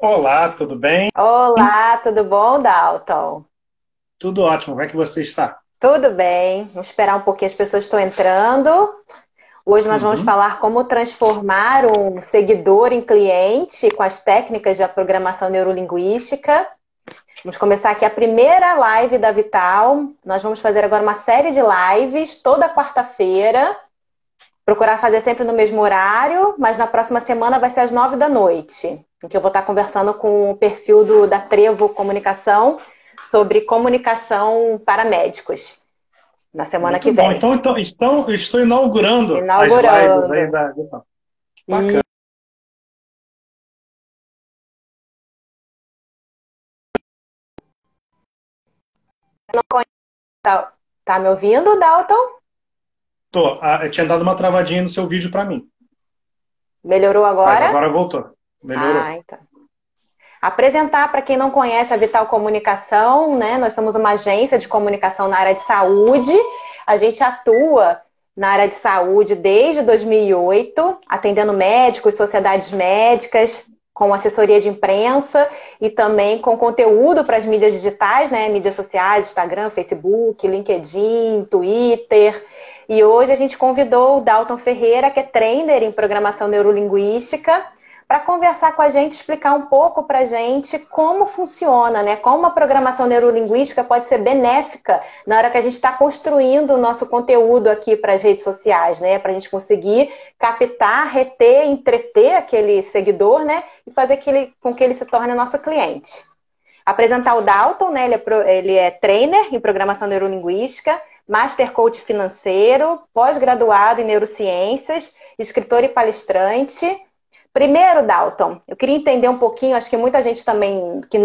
Olá, tudo bem? Olá, tudo bom, Dalton? Tudo ótimo, como é que você está? Tudo bem? Vamos esperar um pouquinho, as pessoas estão entrando. Hoje nós vamos Uhum. falar como transformar um seguidor em cliente com as técnicas da programação neurolinguística. Vamos começar aqui a primeira live da Vital. Nós vamos fazer agora uma série de lives toda quarta-feira. Procurar fazer sempre no mesmo horário, mas na próxima semana vai ser às 9 da noite, em que eu vou estar conversando com o perfil da Trevo Comunicação sobre comunicação para médicos, na semana que Muito bom. vem. Então, eu estou inaugurando as lives Inaugurando. aí da. E Bacana. tá me ouvindo, Dalton? Tô. Eu tinha dado uma travadinha no seu vídeo para mim, Melhorou mas agora? agora voltou. Ah, Melhorou. então. Apresentar para quem não conhece a Vital Comunicação, né? Nós somos uma agência de comunicação na área de saúde. A gente atua na área de saúde desde 2008, atendendo médicos, sociedades médicas, com assessoria de imprensa e também com conteúdo para as mídias digitais, né? Mídias sociais, Instagram, Facebook, LinkedIn, Twitter. E hoje a gente convidou o Dalton Ferreira, que é trainer em programação neurolinguística, para conversar com a gente, explicar um pouco para a gente como funciona, né? Como a programação neurolinguística pode ser benéfica na hora que a gente está construindo o nosso conteúdo aqui para as redes sociais, né? Para a gente conseguir captar, reter, entreter aquele seguidor, né? E fazer com que ele se torne nosso cliente. Apresentar o Dalton, né? Ele é trainer em programação neurolinguística, Master Coach financeiro, pós-graduado em neurociências, escritor e palestrante. Primeiro, Dalton, eu queria entender um pouquinho, acho que muita gente também que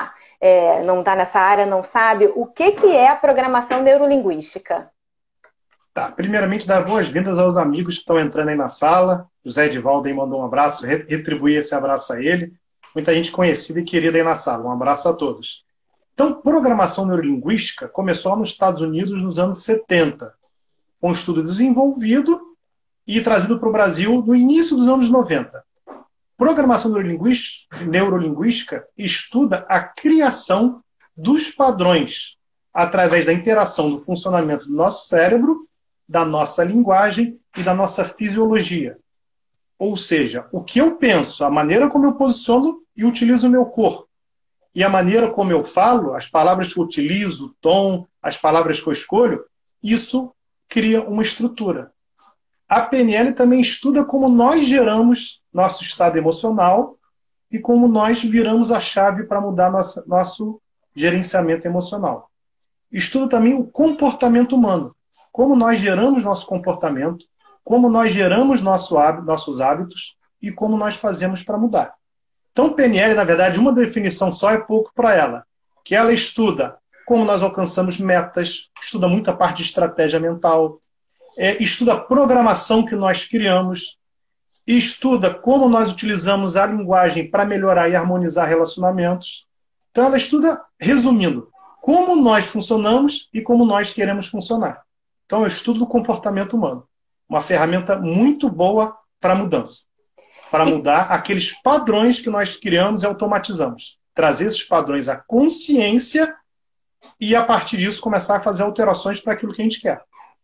não tá nessa área não sabe, o que é a programação neurolinguística? Tá. Primeiramente, dar boas-vindas aos amigos que estão entrando aí na sala. José Edivaldo aí mandou um abraço, retribuir esse abraço a ele. Muita gente conhecida e querida aí na sala. Um abraço a todos. Então, programação neurolinguística começou nos Estados Unidos nos anos 70, com um estudo desenvolvido e trazido para o Brasil no início dos anos 90. Programação neurolinguística estuda a criação dos padrões através da interação do funcionamento do nosso cérebro, da nossa linguagem e da nossa fisiologia. Ou seja, o que eu penso, a maneira como eu posiciono e utilizo o meu corpo, e a maneira como eu falo, as palavras que eu utilizo, o tom, as palavras que eu escolho, isso cria uma estrutura. A PNL também estuda como nós geramos nosso estado emocional e como nós viramos a chave para mudar nosso gerenciamento emocional. Estuda também o comportamento humano, como nós geramos nosso comportamento, como nós geramos nossos hábitos e como nós fazemos para mudar. Então, PNL, na verdade, uma definição só é pouco para ela, que ela estuda como nós alcançamos metas, estuda muito a parte de estratégia mental, estuda a programação que nós criamos, estuda como nós utilizamos a linguagem para melhorar e harmonizar relacionamentos. Então, ela estuda, resumindo, como nós funcionamos e como nós queremos funcionar. Então, eu estudo o comportamento humano. Uma ferramenta muito boa para mudança, para E, mudar aqueles padrões que nós criamos e automatizamos. Trazer esses padrões à consciência e, a partir disso, começar a fazer alterações para aquilo que a gente quer.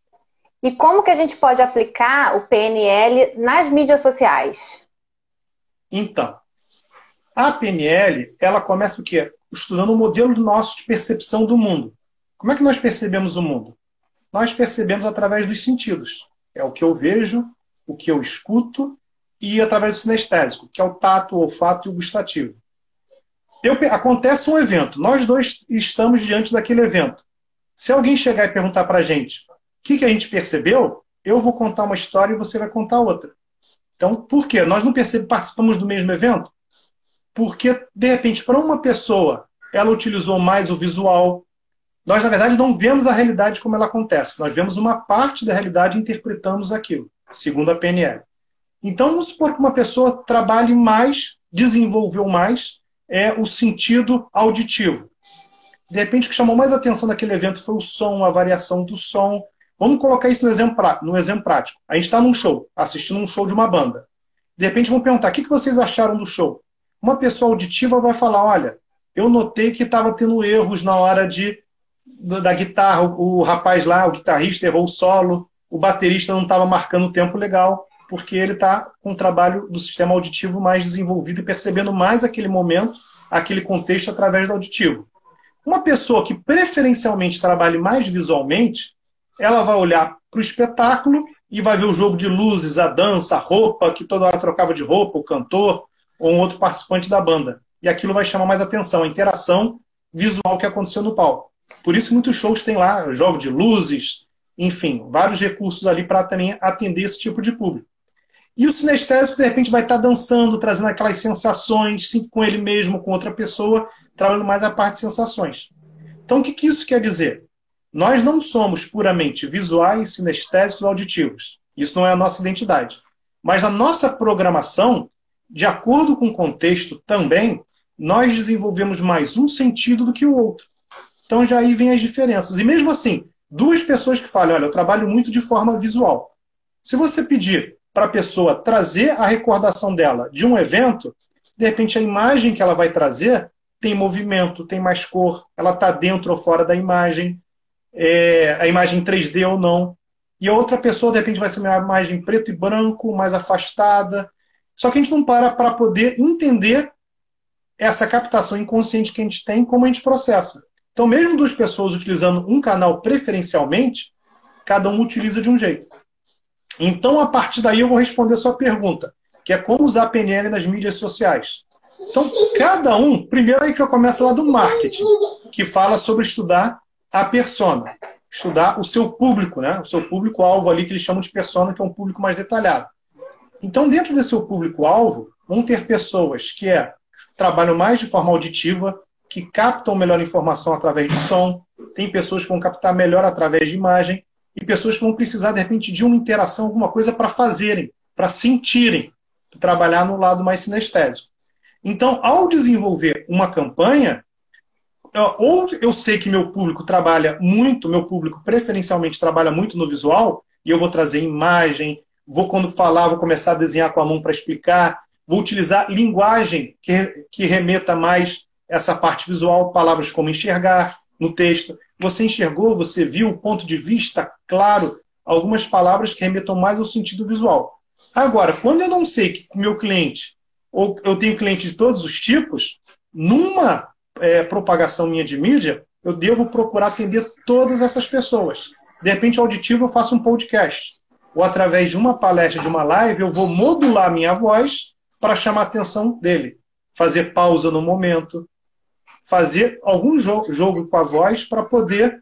e como que a gente pode aplicar o PNL nas mídias sociais? Então, a PNL, ela começa o quê? Estudando o modelo nosso de percepção do mundo. Como é que nós percebemos o mundo? Nós percebemos através dos sentidos. É o que eu vejo, o que eu escuto e através do sinestésico, que é o tato, o olfato e o gustativo. Acontece um evento, nós dois estamos diante daquele evento. Se alguém chegar e perguntar para a gente o que a gente percebeu, eu vou contar uma história e você vai contar outra. Então, por quê? Nós não participamos do mesmo evento? Porque, de repente, para uma pessoa, ela utilizou mais o visual. Nós, na verdade, não vemos a realidade como ela acontece. Nós vemos uma parte da realidade e interpretamos aquilo, segundo a PNL. Então, vamos supor que uma pessoa trabalhe mais, desenvolveu mais o sentido auditivo. De repente, o que chamou mais atenção naquele evento foi o som, a variação do som. Vamos colocar isso no exemplo prático. A gente está num show, assistindo um show de uma banda. De repente, vão perguntar, o que vocês acharam do show? Uma pessoa auditiva vai falar, olha, eu notei que estava tendo erros na hora da guitarra, o rapaz lá, o guitarrista errou o solo, o baterista não estava marcando o tempo legal, porque ele está com o trabalho do sistema auditivo mais desenvolvido e percebendo mais aquele momento, aquele contexto através do auditivo. Uma pessoa que preferencialmente trabalhe mais visualmente, ela vai olhar para o espetáculo e vai ver o jogo de luzes, a dança, a roupa, que toda hora trocava de roupa, o cantor ou um outro participante da banda. E aquilo vai chamar mais atenção, a interação visual que aconteceu no palco. Por isso muitos shows têm lá jogo de luzes, enfim, vários recursos ali para também atender esse tipo de público. E o sinestésico, de repente, vai estar dançando, trazendo aquelas sensações, sim, com ele mesmo, com outra pessoa, trabalhando mais a parte de sensações. Então, o que isso quer dizer? Nós não somos puramente visuais, sinestésicos ou auditivos. Isso não é a nossa identidade. Mas a nossa programação, de acordo com o contexto também, nós desenvolvemos mais um sentido do que o outro. Então, já aí vem as diferenças. E mesmo assim, duas pessoas que falam, olha, eu trabalho muito de forma visual. Se você pedir para a pessoa trazer a recordação dela de um evento, de repente a imagem que ela vai trazer tem movimento, tem mais cor, ela está dentro ou fora da imagem, a imagem 3D ou não. E a outra pessoa, de repente, vai ser uma imagem preto e branco, mais afastada. Só que a gente não para poder entender essa captação inconsciente que a gente tem, como a gente processa. Então, mesmo duas pessoas utilizando um canal preferencialmente, cada um utiliza de um jeito. Então, a partir daí, eu vou responder a sua pergunta, que é como usar a PNL nas mídias sociais. Então, cada um, primeiro aí que eu começo lá do marketing, que fala sobre estudar a persona, estudar o seu público, né? O seu público-alvo ali, que eles chamam de persona, que é um público mais detalhado. Então, dentro desse seu público-alvo, vão ter pessoas que trabalham mais de forma auditiva, que captam melhor informação através de som, tem pessoas que vão captar melhor através de imagem, e pessoas que vão precisar, de repente, de uma interação, alguma coisa para fazerem, para sentirem, para trabalhar no lado mais sinestésico. Então, ao desenvolver uma campanha, ou eu sei que meu público trabalha muito, meu público preferencialmente trabalha muito no visual, e eu vou trazer imagem, quando falar, vou começar a desenhar com a mão para explicar, vou utilizar linguagem que remeta mais essa parte visual, palavras como enxergar no texto. Você enxergou, você viu o ponto de vista claro, algumas palavras que remetam mais ao sentido visual. Agora, quando eu não sei que o meu cliente, ou eu tenho cliente de todos os tipos, numa propagação minha de mídia, eu devo procurar atender todas essas pessoas. De repente, auditivo, eu faço um podcast. Ou através de uma palestra, de uma live, eu vou modular minha voz para chamar a atenção dele. Fazer pausa no momento, fazer algum jogo com a voz para poder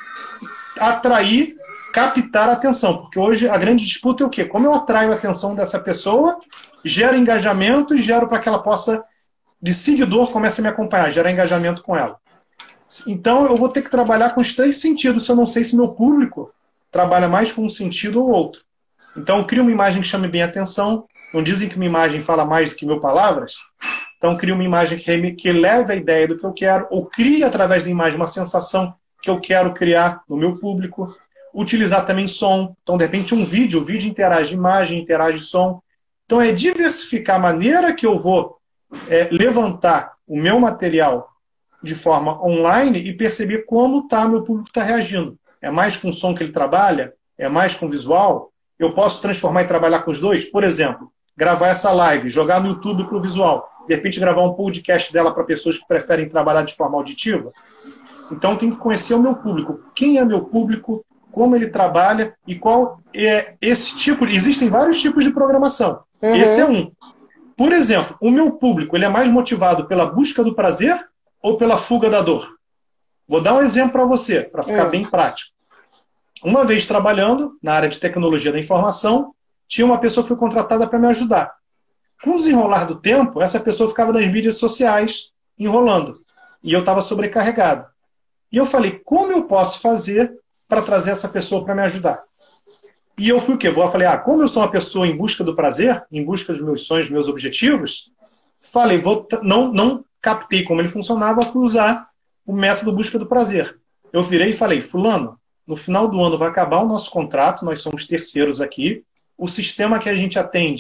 atrair, captar a atenção. Porque hoje a grande disputa é o quê? Como eu atraio a atenção dessa pessoa, gero engajamento e gero para que ela possa, de seguidor, comece a me acompanhar, gerar engajamento com ela. Então eu vou ter que trabalhar com os três sentidos, se eu não sei se meu público trabalha mais com um sentido ou outro. Então eu crio uma imagem que chame bem a atenção. Não dizem que uma imagem fala mais do que 1000 palavras? Então, crio uma imagem que leve a ideia do que eu quero, ou crie através da imagem uma sensação que eu quero criar no meu público. Utilizar também som. Então, de repente, o vídeo interage imagem, interage som. Então, é diversificar a maneira que eu vou levantar o meu material de forma online e perceber como meu público está reagindo. É mais com o som que ele trabalha? É mais com o visual? Eu posso transformar e trabalhar com os dois? Por exemplo, gravar essa live, jogar no YouTube para o visual. De repente, gravar um podcast dela para pessoas que preferem trabalhar de forma auditiva. Então, tem que conhecer o meu público. Quem é meu público, como ele trabalha e qual é esse tipo. Existem vários tipos de programação. Uhum. Esse é um. Por exemplo, o meu público ele é mais motivado pela busca do prazer ou pela fuga da dor? Vou dar um exemplo para você, para ficar bem prático. Uma vez trabalhando na área de tecnologia da informação, tinha uma pessoa que foi contratada para me ajudar. Com o desenrolar do tempo, essa pessoa ficava nas mídias sociais enrolando. E eu estava sobrecarregado. E eu falei, como eu posso fazer para trazer essa pessoa para me ajudar? E eu fui o quê? Eu falei, como eu sou uma pessoa em busca do prazer, em busca dos meus sonhos, dos meus objetivos, falei, não captei como ele funcionava, fui usar o método busca do prazer. Eu virei e falei, fulano, no final do ano vai acabar o nosso contrato, nós somos terceiros aqui, o sistema que a gente atende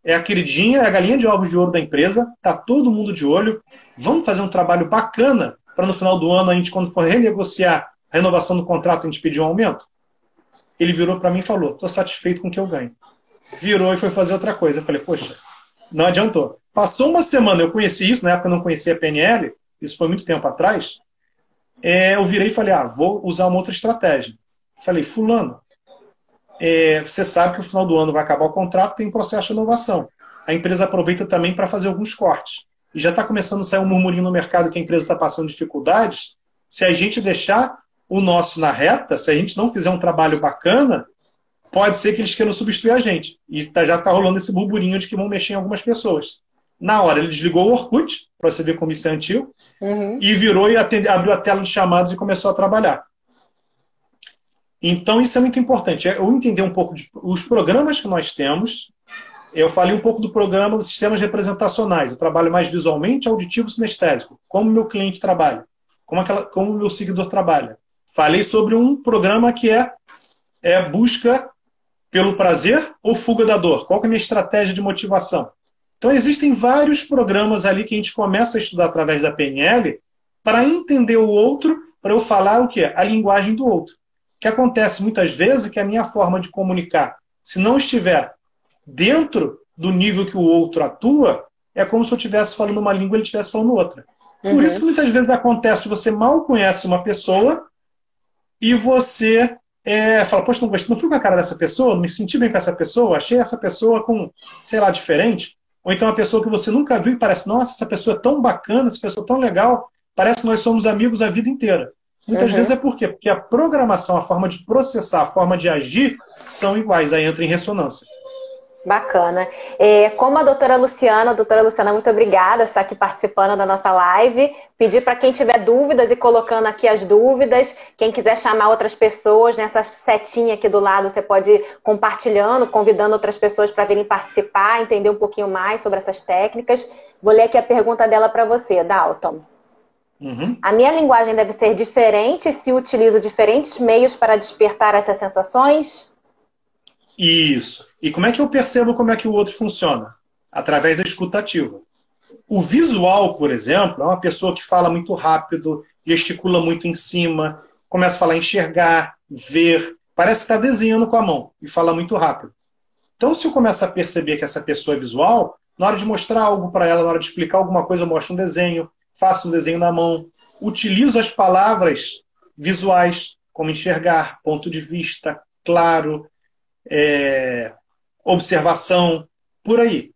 é a queridinha, é a galinha de ovos de ouro da empresa, tá todo mundo de olho, vamos fazer um trabalho bacana para no final do ano, a gente, quando for renegociar a renovação do contrato, a gente pedir um aumento? Ele virou para mim e falou, estou satisfeito com o que eu ganho. Virou e foi fazer outra coisa. Eu falei, poxa, não adiantou. Passou uma semana, eu conheci isso, na época eu não conhecia a PNL, isso foi muito tempo atrás, eu virei e falei, vou usar uma outra estratégia. Falei, fulano, você sabe que no final do ano vai acabar o contrato, tem um processo de inovação. A empresa aproveita também para fazer alguns cortes. E já está começando a sair um murmurinho no mercado que a empresa está passando dificuldades. Se a gente deixar o nosso na reta, se a gente não fizer um trabalho bacana, pode ser que eles queiram substituir a gente. E já está rolando esse burburinho de que vão mexer em algumas pessoas. Na hora, ele desligou o Orkut, para você ver como isso é antigo, e virou e abriu a tela de chamados e começou a trabalhar. Então, isso é muito importante. Eu entender um pouco os programas que nós temos. Eu falei um pouco do programa dos sistemas representacionais. Eu trabalho mais visualmente, auditivo, sinestésico. Como o meu cliente trabalha. Como o meu seguidor trabalha. Falei sobre um programa que é busca pelo prazer ou fuga da dor. Qual que é a minha estratégia de motivação? Então, existem vários programas ali que a gente começa a estudar através da PNL para entender o outro, para eu falar o quê? A linguagem do outro. O que acontece muitas vezes é que a minha forma de comunicar, se não estiver dentro do nível que o outro atua, é como se eu estivesse falando uma língua e ele estivesse falando outra. Por isso que muitas vezes acontece que você mal conhece uma pessoa e você fala, poxa, não fui com a cara dessa pessoa, não me senti bem com essa pessoa, achei essa pessoa com, sei lá, diferente. Ou então uma pessoa que você nunca viu e parece, nossa, essa pessoa é tão bacana, essa pessoa é tão legal, parece que nós somos amigos a vida inteira. Muitas vezes é por quê? Porque a programação, a forma de processar, a forma de agir são iguais, aí entra em ressonância. Bacana. Como a doutora Luciana, muito obrigada por estar aqui participando da nossa live. Pedir para quem tiver dúvidas e colocando aqui as dúvidas, quem quiser chamar outras pessoas, nessa setinha aqui do lado, você pode ir compartilhando, convidando outras pessoas para virem participar, entender um pouquinho mais sobre essas técnicas. Vou ler aqui a pergunta dela para você, Dalton. A minha linguagem deve ser diferente se utilizo diferentes meios para despertar essas sensações? Isso. E como é que eu percebo como é que o outro funciona? Através da escuta ativa. O visual, por exemplo, é uma pessoa que fala muito rápido, gesticula muito em cima, começa a falar enxergar, ver, parece que está desenhando com a mão e fala muito rápido. Então, se eu começar a perceber que essa pessoa é visual, na hora de mostrar algo para ela, na hora de explicar alguma coisa, eu mostro um desenho, faço um desenho na mão, utilizo as palavras visuais, como enxergar, ponto de vista, claro, observação, por aí.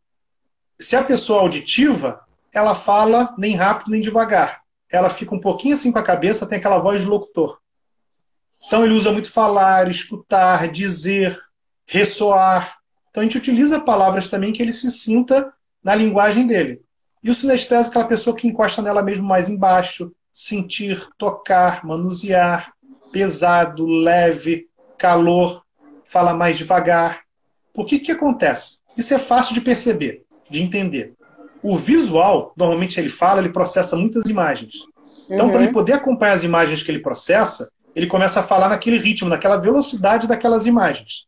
Se a pessoa é auditiva, ela fala nem rápido nem devagar. Ela fica um pouquinho assim com a cabeça, tem aquela voz de locutor. Então ele usa muito falar, escutar, dizer, ressoar. Então a gente utiliza palavras também que ele se sinta na linguagem dele. E o sinestésico é aquela pessoa que encosta nela mesmo mais embaixo, sentir, tocar, manusear, pesado, leve, calor, fala mais devagar. Por que acontece? Isso é fácil de perceber, de entender. O visual, normalmente ele fala, ele processa muitas imagens. Então, para ele poder acompanhar as imagens que ele processa, ele começa a falar naquele ritmo, naquela velocidade daquelas imagens.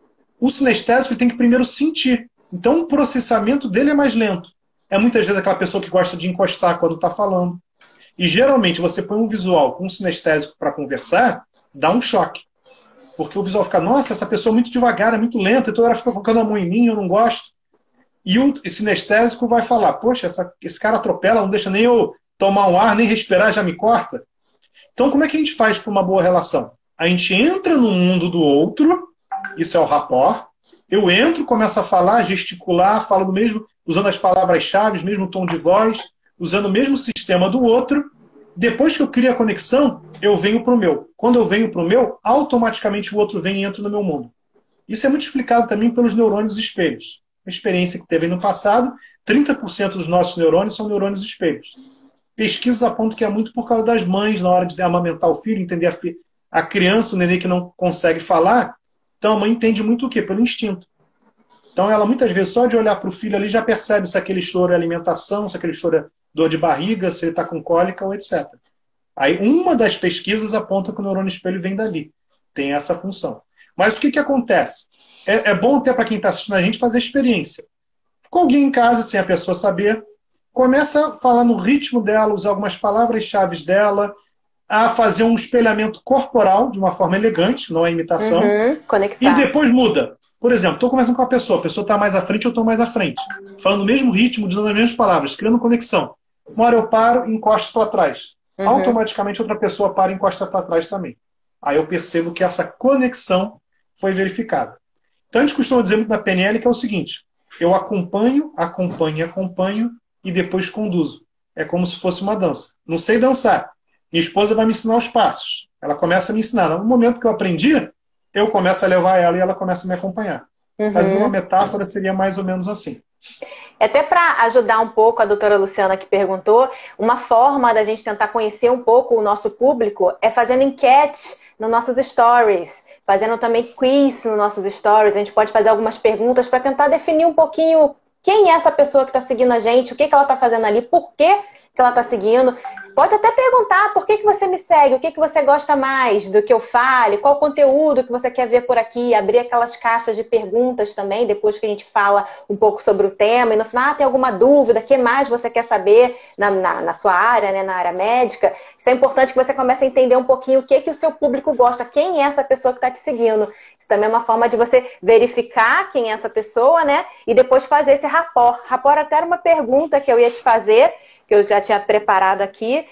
O sinestésico ele tem que primeiro sentir. Então, o processamento dele é mais lento. É muitas vezes aquela pessoa que gosta de encostar quando está falando. E geralmente você põe um visual com um sinestésico para conversar, dá um choque. Porque o visual fica, nossa, essa pessoa é muito devagar, é muito lenta, e toda hora fica colocando a mão em mim, eu não gosto. E o sinestésico vai falar, poxa, esse cara atropela, não deixa nem eu tomar um ar, nem respirar, já me corta. Então, como é que a gente faz para uma boa relação? A gente entra no mundo do outro, isso é o rapport. Eu entro, começo a falar, gesticular, falo do mesmo, usando as palavras-chave, mesmo tom de voz, usando o mesmo sistema do outro. Depois que eu crio a conexão, eu venho para o meu. Quando eu venho para o meu, automaticamente o outro vem e entra no meu mundo. Isso é muito explicado também pelos neurônios espelhos. A experiência que teve no passado, 30% dos nossos neurônios são neurônios espelhos. Pesquisas apontam que é muito por causa das mães, na hora de amamentar o filho, entender a criança, o neném que não consegue falar. Então a mãe entende muito o quê? Pelo instinto. Então ela muitas vezes só de olhar para o filho ali já percebe se aquele choro é alimentação, se aquele choro é dor de barriga, se ele está com cólica ou etc. Aí uma das pesquisas aponta que o neurônio espelho vem dali. Tem essa função. Mas o que acontece? É bom até para quem está assistindo a gente fazer experiência. com alguém em casa, sem a pessoa saber, começa a falar no ritmo dela, usar algumas palavras-chave dela, a fazer um espelhamento corporal de uma forma elegante, não é imitação, e Conectar. depois muda. Por exemplo, estou conversando com a pessoa está mais à frente, eu estou mais à frente. Falando o mesmo ritmo, dizendo as mesmas palavras, criando conexão. Uma hora eu paro e encosto para trás. Automaticamente outra pessoa para e encosta para trás também. Aí eu percebo que essa conexão foi verificada. Então a gente costuma dizer muito na PNL que é o seguinte: eu acompanho, acompanho e depois conduzo. É como se fosse uma dança. Não sei dançar. Minha esposa vai me ensinar os passos. Ela começa a me ensinar. No momento que eu aprendi, eu começo a levar ela e ela começa a me acompanhar. Fazendo uma metáfora, seria mais ou menos assim. Até para ajudar um pouco a doutora Luciana que perguntou, uma forma da gente tentar conhecer um pouco o nosso público é fazendo enquete nos nossos stories, fazendo também quiz nos nossos stories. A gente pode fazer algumas perguntas para tentar definir um pouquinho quem é essa pessoa que está seguindo a gente, o que ela está fazendo ali, por que ela está seguindo. Pode até perguntar por que você me segue, o que você gosta mais do que eu fale, qual conteúdo que você quer ver por aqui, abrir aquelas caixas de perguntas também, depois que a gente fala um pouco sobre o tema, e no final, tem alguma dúvida, o que mais você quer saber na sua área, né, na área médica. Isso é importante que você comece a entender um pouquinho o que o seu público gosta, quem é essa pessoa que está te seguindo. Isso também é uma forma de você verificar quem é essa pessoa, né, e depois fazer esse rapport. Rapport até era uma pergunta que eu ia te fazer, que eu já tinha preparado aqui,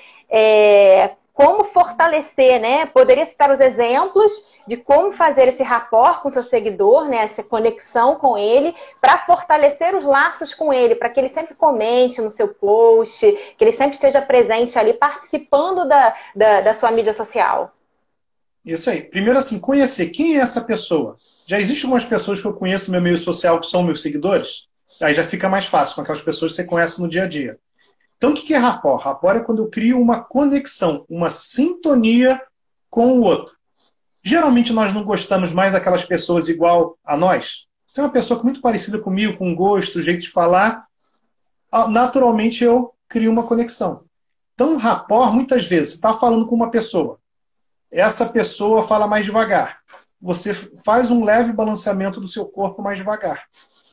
como fortalecer, né? Poderia citar os exemplos de como fazer esse rapport com o seu seguidor, né? Essa conexão com ele, para fortalecer os laços com ele, para que ele sempre comente no seu post, que ele sempre esteja presente ali, participando da sua mídia social. Isso aí. Primeiro, assim, conhecer quem é essa pessoa. Já existem algumas pessoas que eu conheço no meu meio social que são meus seguidores? Aí já fica mais fácil com aquelas pessoas que você conhece no dia a dia. Então, o que é rapport? Rapport é quando eu crio uma conexão, uma sintonia com o outro. Geralmente, nós não gostamos mais daquelas pessoas igual a nós. Se é uma pessoa muito parecida comigo, com gosto, jeito de falar, naturalmente eu crio uma conexão. Então, rapport, muitas vezes, você está falando com uma pessoa. Essa pessoa fala mais devagar. Você faz um leve balanceamento do seu corpo mais devagar.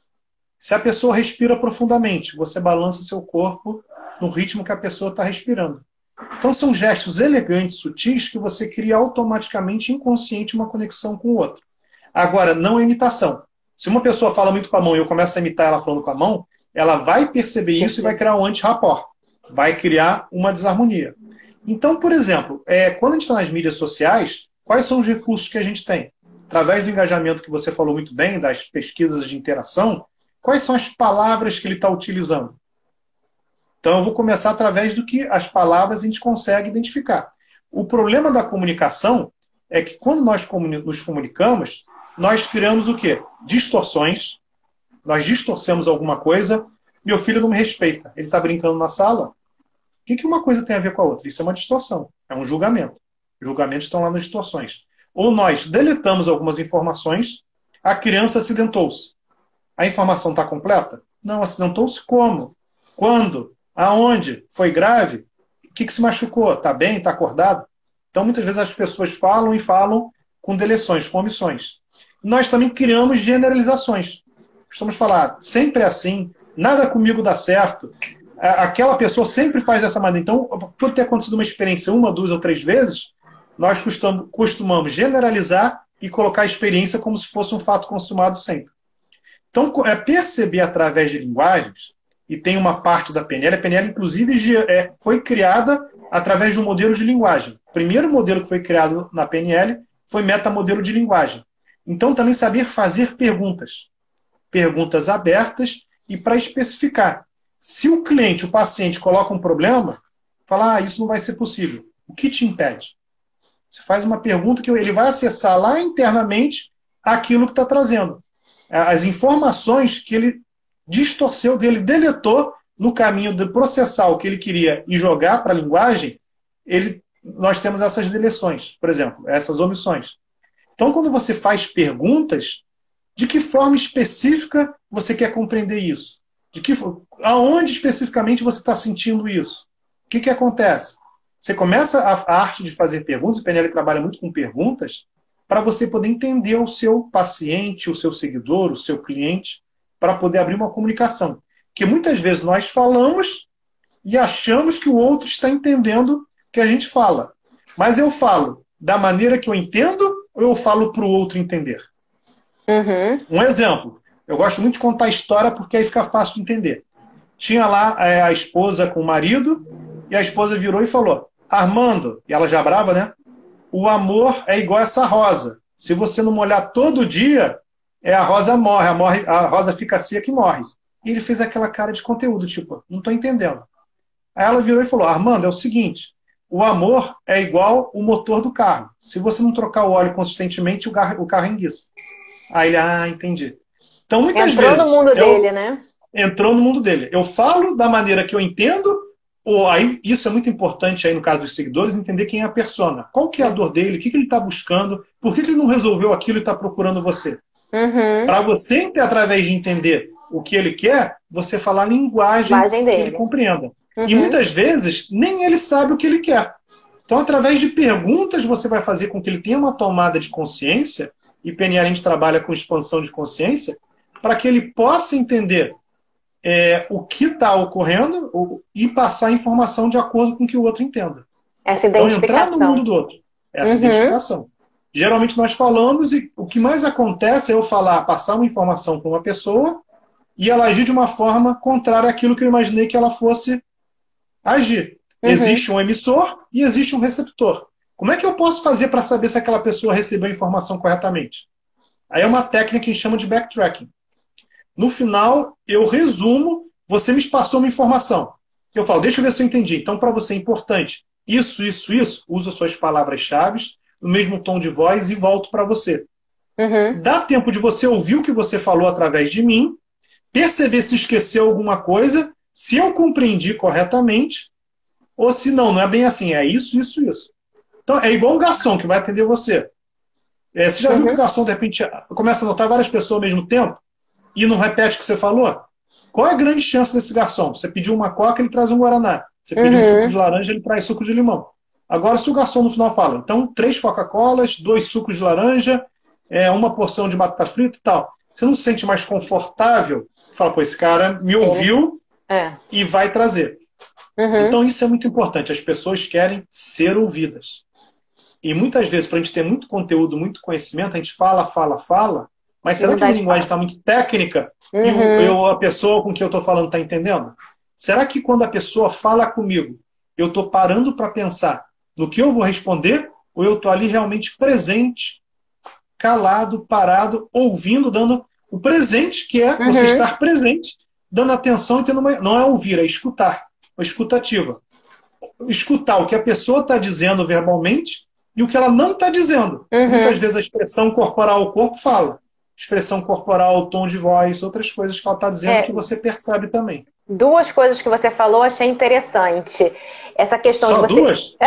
Se a pessoa respira profundamente, você balança o seu corpo no ritmo que a pessoa está respirando. Então são gestos elegantes, sutis, que você cria automaticamente, inconsciente, uma conexão com o outro. Agora, não é imitação. Se uma pessoa fala muito com a mão e eu começo a imitar ela falando com a mão, ela vai perceber isso e vai criar um anti-rapport. Vai criar uma desarmonia. Então, por exemplo, quando a gente está nas mídias sociais, quais são os recursos que a gente tem? Através do engajamento que você falou muito bem, das pesquisas de interação, quais são as palavras que ele está utilizando? Então, eu vou começar através do que as palavras a gente consegue identificar. O problema da comunicação é que quando nós nos comunicamos, nós criamos o quê? Distorções. Nós distorcemos alguma coisa. Meu filho não me respeita. Ele está brincando na sala. O que uma coisa tem a ver com a outra? Isso é uma distorção. É um julgamento. Os julgamentos estão lá nas distorções. Ou nós deletamos algumas informações, a criança acidentou-se. A informação está completa? Não, acidentou-se como? Quando? Aonde? Foi grave? O que se machucou? Está bem? Está acordado? Então, muitas vezes as pessoas falam e falam com deleções, com omissões. Nós também criamos generalizações. Costumamos falar, sempre é assim, nada comigo dá certo, aquela pessoa sempre faz dessa maneira. Então, por ter acontecido uma experiência 1, 2 ou 3 vezes, nós costumamos generalizar e colocar a experiência como se fosse um fato consumado sempre. Então, é perceber através de linguagens, e tem uma parte da PNL, a PNL, inclusive, foi criada através de um modelo de linguagem. O primeiro modelo que foi criado na PNL foi metamodelo de linguagem. Então, também saber fazer perguntas. Perguntas abertas e para especificar. Se o cliente, o paciente, coloca um problema, fala, isso não vai ser possível. O que te impede? Você faz uma pergunta que ele vai acessar lá internamente aquilo que está trazendo. As informações que ele distorceu dele, deletou no caminho de processar o que ele queria e jogar para a linguagem, nós temos essas deleções, por exemplo, essas omissões. Então, quando você faz perguntas, de que forma específica você quer compreender isso? Aonde especificamente você está sentindo isso? O que acontece? Você começa a arte de fazer perguntas, o PNL trabalha muito com perguntas, para você poder entender o seu paciente, o seu seguidor, o seu cliente, para poder abrir uma comunicação. Porque muitas vezes nós falamos e achamos que o outro está entendendo o que a gente fala. Mas eu falo da maneira que eu entendo ou eu falo para o outro entender? Uhum. Um exemplo. Eu gosto muito de contar história porque aí fica fácil de entender. Tinha lá a esposa com o marido e a esposa virou e falou: Armando, e ela já brava, né? O amor é igual essa rosa. Se você não molhar todo dia, a rosa morre, a rosa fica seca e morre. E ele fez aquela cara de conteúdo, tipo, não estou entendendo. Aí ela virou e falou: Armando, é o seguinte, o amor é igual o motor do carro. Se você não trocar o óleo consistentemente, o carro enguiça. Aí ele, entendi. Então, muitas Entrou no vezes, mundo dele, né? entrou no mundo dele. Eu falo da maneira que eu entendo, ou aí, isso é muito importante aí no caso dos seguidores, entender quem é a persona. Qual que é a dor dele, o que ele está buscando, por que ele não resolveu aquilo e está procurando você. Uhum. Para você, através de entender o que ele quer, você falar a linguagem que ele compreenda. Uhum. E muitas vezes, nem ele sabe o que ele quer. Então, através de perguntas, você vai fazer com que ele tenha uma tomada de consciência, e PNL a gente trabalha com expansão de consciência, para que ele possa entender o que está ocorrendo e passar a informação de acordo com o que o outro entenda. Essa identificação. Então, entrar no mundo do outro. Essa identificação. Geralmente nós falamos e o que mais acontece é eu passar uma informação para uma pessoa e ela agir de uma forma contrária àquilo que eu imaginei que ela fosse agir. Existe um emissor e existe um receptor. Como é que eu posso fazer para saber se aquela pessoa recebeu a informação corretamente? Aí é uma técnica que a gente chama de backtracking. No final, eu resumo, você me passou uma informação. Eu falo, deixa eu ver se eu entendi. Então, para você é importante isso, usa suas palavras-chave, no mesmo tom de voz e volto para você. Dá tempo de você ouvir o que você falou através de mim, perceber se esqueceu alguma coisa, se eu compreendi corretamente, ou se não é bem assim, é isso. Então, é igual um garçom que vai atender você. Você já viu que o garçom, de repente, começa a notar várias pessoas ao mesmo tempo e não repete o que você falou? Qual é a grande chance desse garçom? Você pediu uma coca, ele traz um guaraná. Você pediu um suco de laranja, ele traz suco de limão. Agora, se o garçom no final fala, então, 3 Coca-Colas, 2 sucos de laranja, uma porção de batata frita e tal. Você não se sente mais confortável? Fala, pô, esse cara me ouviu e vai trazer. Então, isso é muito importante. As pessoas querem ser ouvidas. E muitas vezes, para a gente ter muito conteúdo, muito conhecimento, a gente fala, mas será que a linguagem está muito técnica e a pessoa com quem eu estou falando está entendendo? Será que quando a pessoa fala comigo, eu estou parando para pensar no que eu vou responder ou eu estou ali realmente presente, calado, parado, ouvindo, dando o presente, que é você estar presente, dando atenção e tendo não é ouvir, é escutar, uma escutativa. Escutar o que a pessoa está dizendo verbalmente e o que ela não está dizendo. Muitas vezes a expressão corporal, o corpo fala. Expressão corporal, o tom de voz, outras coisas que ela está dizendo que você percebe também. 2 coisas que você falou, achei interessante. Essa questão Só de você... 2?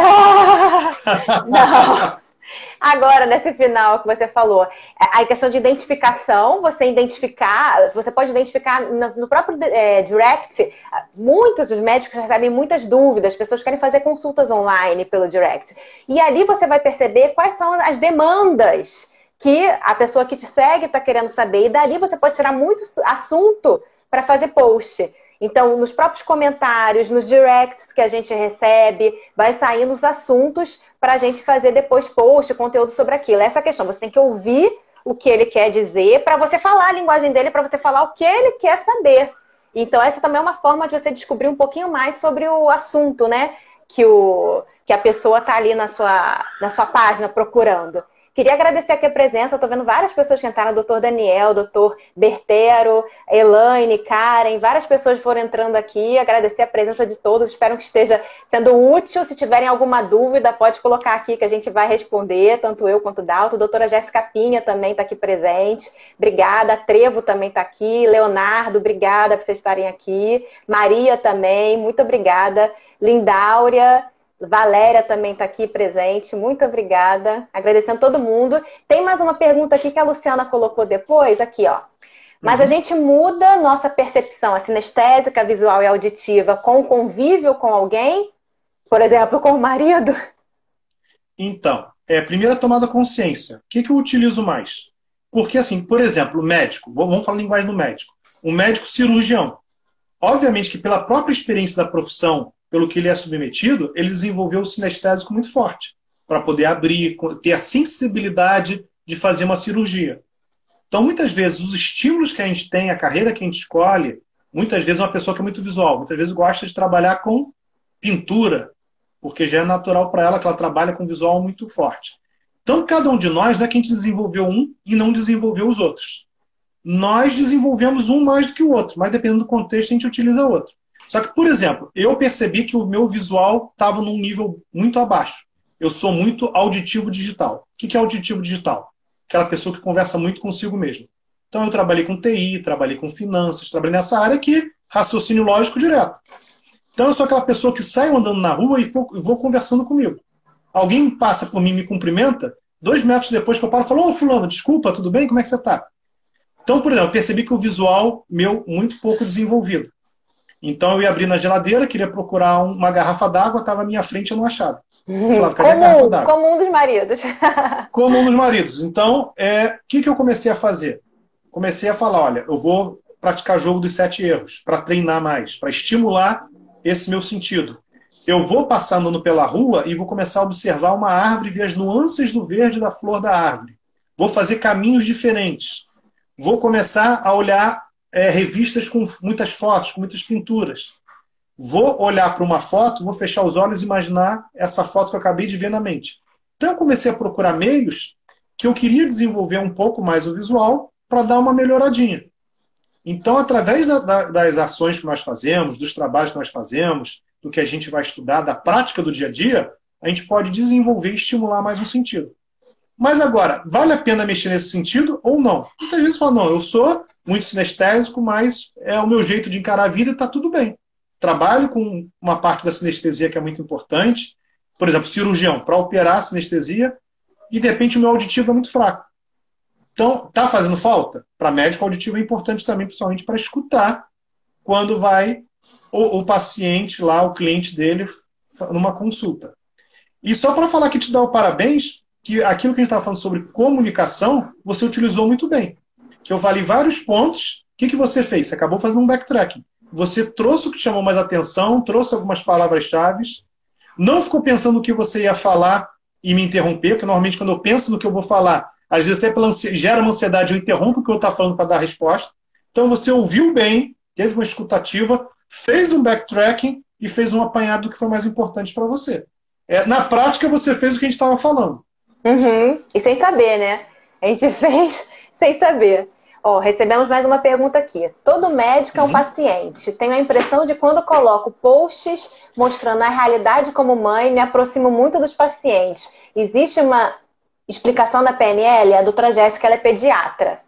Não. Agora, nesse final que você falou, a questão de identificação, você pode identificar no próprio direct, muitos, os médicos recebem muitas dúvidas, as pessoas querem fazer consultas online pelo direct. E ali você vai perceber quais são as demandas que a pessoa que te segue está querendo saber. E dali você pode tirar muito assunto para fazer post. Então, nos próprios comentários, nos directs que a gente recebe, vai saindo os assuntos para a gente fazer depois post, conteúdo sobre aquilo. Essa questão, você tem que ouvir o que ele quer dizer para você falar a linguagem dele, para você falar o que ele quer saber. Então, essa também é uma forma de você descobrir um pouquinho mais sobre o assunto, né? Que a pessoa está ali na sua página procurando. Queria agradecer aqui a presença, estou vendo várias pessoas que entraram, doutor Daniel, doutor Bertero, Elaine, Karen, várias pessoas foram entrando aqui, agradecer a presença de todos, espero que esteja sendo útil, se tiverem alguma dúvida pode colocar aqui que a gente vai responder, tanto eu quanto o Dalto, doutora Jéssica Pinha também está aqui presente, obrigada, Trevo também está aqui, Leonardo, obrigada por vocês estarem aqui, Maria também, muito obrigada, Lindáurea, Valéria também está aqui presente, muito obrigada. Agradecendo todo mundo. Tem mais uma pergunta aqui que a Luciana colocou depois, aqui, ó. Mas a gente muda nossa percepção, a sinestésica, visual e auditiva com o convívio com alguém? Por exemplo, com o marido? Então, primeiro a tomada de consciência. O que eu utilizo mais? Porque, assim, por exemplo, o médico, vamos falar a linguagem do médico. um médico cirurgião. Obviamente que pela própria experiência da profissão, pelo que ele é submetido, ele desenvolveu o sinestésico muito forte, para poder abrir, ter a sensibilidade de fazer uma cirurgia. Então, muitas vezes, os estímulos que a gente tem, a carreira que a gente escolhe, muitas vezes uma pessoa que é muito visual, muitas vezes gosta de trabalhar com pintura, porque já é natural para ela que ela trabalha com visual muito forte. Então, cada um de nós não é que a gente desenvolveu um e não desenvolveu os outros. Nós desenvolvemos um mais do que o outro, mas dependendo do contexto a gente utiliza outro. Só que, por exemplo, eu percebi que o meu visual estava num nível muito abaixo. Eu sou muito auditivo digital. O que é auditivo digital? Aquela pessoa que conversa muito consigo mesmo. Então eu trabalhei com TI, trabalhei com finanças, trabalhei nessa área que raciocínio lógico direto. Então eu sou aquela pessoa que sai andando na rua e vou conversando comigo. Alguém passa por mim e me cumprimenta, 2 metros depois que eu paro, eu falo, ô fulano, desculpa, tudo bem? Como é que você está? Então, por exemplo, eu percebi que o visual meu muito pouco desenvolvido. Então eu ia abrir na geladeira, queria procurar uma garrafa d'água, estava à minha frente, eu não achava. Eu falava, cadê a garrafa d'água? Como um dos maridos. Como um dos maridos. Então, o que eu comecei a fazer? Comecei a falar, olha, eu vou praticar jogo dos 7 erros, para treinar mais, para estimular esse meu sentido. Eu vou passar andando pela rua e vou começar a observar uma árvore e ver as nuances do verde da flor da árvore. Vou fazer caminhos diferentes. Vou começar a olhar revistas com muitas fotos, com muitas pinturas. Vou olhar para uma foto, vou fechar os olhos e imaginar essa foto que eu acabei de ver na mente. Então eu comecei a procurar meios que eu queria desenvolver um pouco mais o visual para dar uma melhoradinha. Então, através das ações que nós fazemos, dos trabalhos que nós fazemos, do que a gente vai estudar, da prática do dia a dia, a gente pode desenvolver e estimular mais um sentido. Mas agora, vale a pena mexer nesse sentido ou não? Muitas vezes falam, não, eu sou muito sinestésico, mas é o meu jeito de encarar a vida e está tudo bem. Trabalho com uma parte da sinestesia que é muito importante. Por exemplo, cirurgião, para operar a sinestesia, e de repente o meu auditivo é muito fraco. Então, está fazendo falta? Para médico, auditivo é importante também, principalmente para escutar quando vai o paciente lá, o cliente dele, numa consulta. E só para falar que te dá o parabéns, que aquilo que a gente estava falando sobre comunicação, você utilizou muito bem. Que eu falei vários pontos. O que você fez? Você acabou fazendo um backtracking. Você trouxe o que chamou mais atenção, trouxe algumas palavras-chave, não ficou pensando no que você ia falar e me interromper, porque normalmente quando eu penso no que eu vou falar, às vezes até gera uma ansiedade, eu interrompo o que eu estou falando para dar a resposta. Então você ouviu bem, teve uma escutativa, fez um backtracking e fez um apanhado do que foi mais importante para você. Na prática, você fez o que a gente estava falando. Uhum. E sem saber, né? A gente fez sem saber. Recebemos mais uma pergunta aqui. Todo médico é um paciente. Tenho a impressão de quando coloco posts mostrando a realidade como mãe, me aproximo muito dos pacientes. Existe uma explicação da PNL? A doutora Jéssica, ela é pediatra.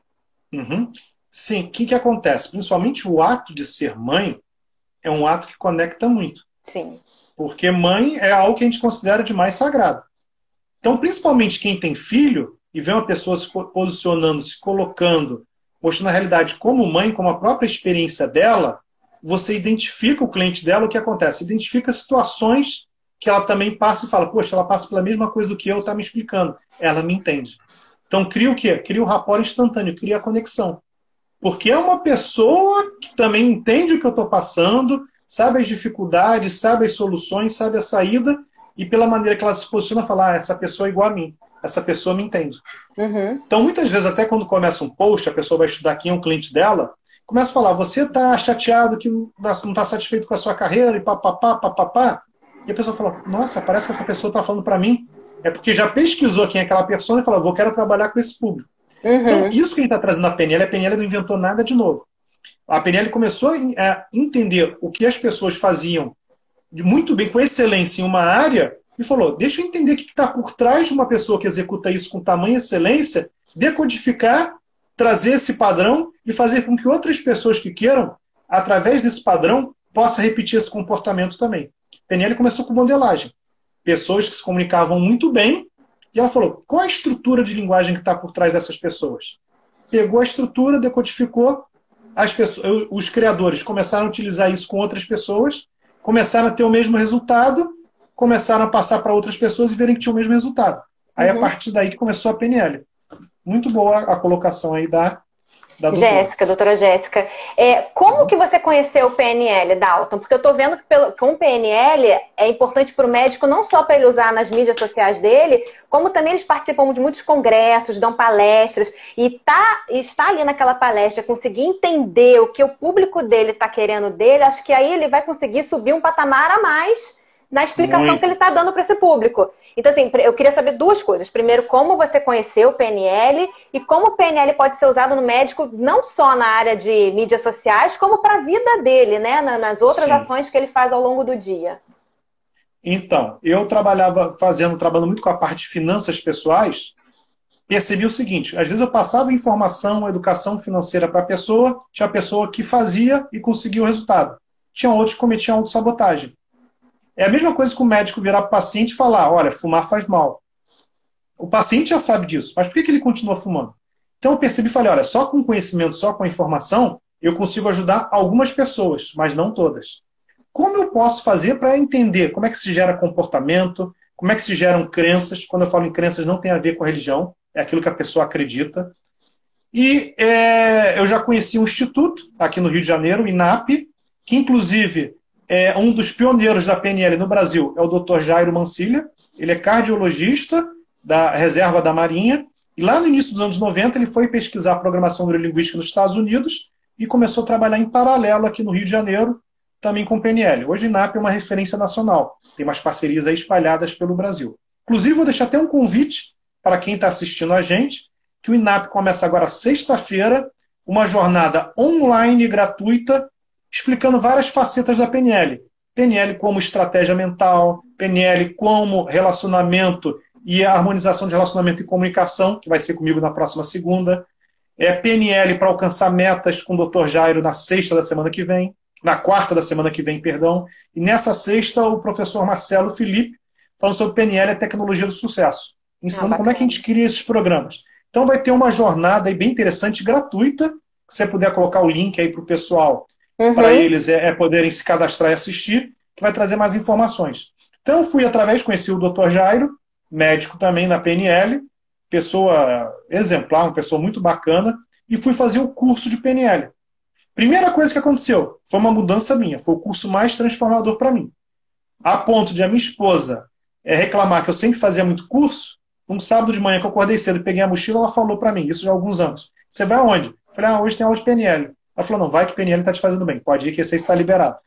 Uhum. Sim, o que acontece? Principalmente o ato de ser mãe é um ato que conecta muito. Sim. Porque mãe é algo que a gente considera de mais sagrado. Então, principalmente quem tem filho e vê uma pessoa se posicionando, se colocando, mostrando a realidade como mãe, como a própria experiência dela, você identifica o cliente dela, o que acontece? Identifica situações que ela também passa e fala, poxa, ela passa pela mesma coisa do que eu, está me explicando. Ela me entende. Então, cria o quê? Cria o rapport instantâneo, cria a conexão. Porque é uma pessoa que também entende o que eu estou passando, sabe as dificuldades, sabe as soluções, sabe a saída, e pela maneira que ela se posiciona, fala, essa pessoa é igual a mim, essa pessoa me entende. Uhum. Então, muitas vezes, até quando começa um post, a pessoa vai estudar quem é um cliente dela, começa a falar, você está chateado que não está satisfeito com a sua carreira, e papapá, papapá, e a pessoa fala, nossa, parece que essa pessoa está falando para mim, é porque já pesquisou quem é aquela pessoa e falou, quero trabalhar com esse público. Uhum. Então, isso que a gente está trazendo na PNL, a PNL não inventou nada de novo. A PNL começou a entender o que as pessoas faziam muito bem, com excelência em uma área, e falou, deixa eu entender o que está por trás de uma pessoa que executa isso com tamanha excelência, decodificar, trazer esse padrão e fazer com que outras pessoas que queiram, através desse padrão, possam repetir esse comportamento também. A PNL começou com modelagem. Pessoas que se comunicavam muito bem, e ela falou, qual a estrutura de linguagem que está por trás dessas pessoas? Pegou a estrutura, decodificou, os criadores começaram a utilizar isso com outras pessoas, começaram a ter o mesmo resultado, começaram a passar para outras pessoas e verem que tinha o mesmo resultado. Aí, a partir daí, que começou a PNL. Muito boa a colocação aí da da doutora. Jéssica, doutora Jéssica. Como que você conheceu o PNL, Dalton? Porque eu estou vendo que com o PNL é importante para o médico não só para ele usar nas mídias sociais dele, como também eles participam de muitos congressos, dão palestras, e estar ali naquela palestra, conseguir entender o que o público dele está querendo dele, acho que aí ele vai conseguir subir um patamar a mais na explicação que ele está dando para esse público. Então, assim, eu queria saber duas coisas. Primeiro, como você conheceu o PNL e como o PNL pode ser usado no médico, não só na área de mídias sociais, como para a vida dele, né? Nas outras ações que ele faz ao longo do dia. Então, eu trabalhando muito com a parte de finanças pessoais, percebi o seguinte: às vezes eu passava informação, educação financeira para a pessoa, tinha a pessoa que fazia e conseguia o resultado. Tinha outros que cometiam autossabotagem. É a mesma coisa que o médico virar para o paciente e falar: olha, fumar faz mal. O paciente já sabe disso, mas por que ele continua fumando? Então eu percebi e falei: olha, só com conhecimento, só com a informação, eu consigo ajudar algumas pessoas, mas não todas. Como eu posso fazer para entender como é que se gera comportamento, como é que se geram crenças? Quando eu falo em crenças, não tem a ver com a religião, é aquilo que a pessoa acredita. E eu já conheci um instituto aqui no Rio de Janeiro, o INAP, que inclusive um dos pioneiros da PNL no Brasil é o Dr. Jairo Mancilha. Ele é cardiologista da Reserva da Marinha. E lá no início dos anos 90, ele foi pesquisar programação neurolinguística nos Estados Unidos e começou a trabalhar em paralelo aqui no Rio de Janeiro, também com PNL. Hoje o INAP é uma referência nacional. Tem umas parcerias aí espalhadas pelo Brasil. Inclusive, vou deixar até um convite para quem está assistindo a gente, que o INAP começa agora sexta-feira, uma jornada online gratuita, explicando várias facetas da PNL. PNL como estratégia mental, PNL como relacionamento e a harmonização de relacionamento e comunicação, que vai ser comigo na próxima segunda. PNL para alcançar metas com o Dr. Jairo na quarta da semana que vem, perdão. E nessa sexta, o professor Marcelo Felipe, falando sobre PNL e a tecnologia do sucesso, ensinando como é que a gente cria esses programas. Então vai ter uma jornada aí bem interessante, gratuita, se você puder colocar o link aí para o pessoal, para eles poderem se cadastrar e assistir, que vai trazer mais informações. Então eu conheci o Dr. Jairo, médico também na PNL, pessoa exemplar, uma pessoa muito bacana, e fui fazer o curso de PNL. Primeira coisa que aconteceu foi uma mudança minha, foi o curso mais transformador para mim. A ponto de a minha esposa reclamar que eu sempre fazia muito curso. Um sábado de manhã que eu acordei cedo e peguei a mochila, ela falou para mim, isso já há alguns anos: você vai aonde? Eu falei: hoje tem aula de PNL. Ela falou: não, vai que PNL está te fazendo bem, pode ir que esse aí está liberado.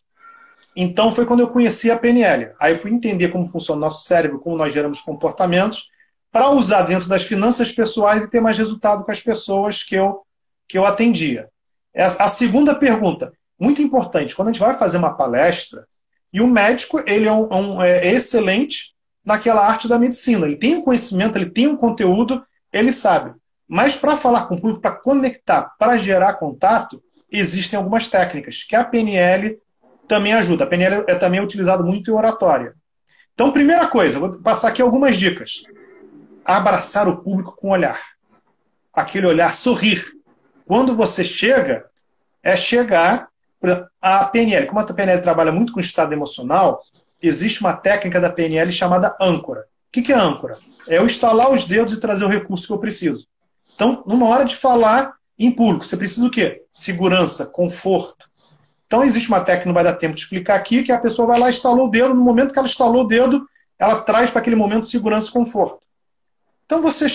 Então foi quando eu conheci a PNL. Aí eu fui entender como funciona o nosso cérebro, como nós geramos comportamentos, para usar dentro das finanças pessoais e ter mais resultado com as pessoas que eu atendia. A segunda pergunta, muito importante: quando a gente vai fazer uma palestra, e o médico ele é excelente naquela arte da medicina, ele tem um conhecimento, ele tem um conteúdo, ele sabe. Mas para falar com o público, para conectar, para gerar contato, existem algumas técnicas, que a PNL também ajuda. A PNL também é utilizado muito em oratória. Então, primeira coisa, vou passar aqui algumas dicas. Abraçar o público com olhar. Aquele olhar, sorrir. Quando você chega, chegar. A PNL, como a PNL trabalha muito com estado emocional, existe uma técnica da PNL chamada âncora. O que é âncora? É eu estalar os dedos e trazer o recurso que eu preciso. Então, numa hora de falar em público, você precisa o quê? Segurança, conforto. Então, existe uma técnica, não vai dar tempo de explicar aqui, que a pessoa vai lá e estalou o dedo, no momento que ela estalou o dedo, ela traz para aquele momento segurança e conforto. Então, você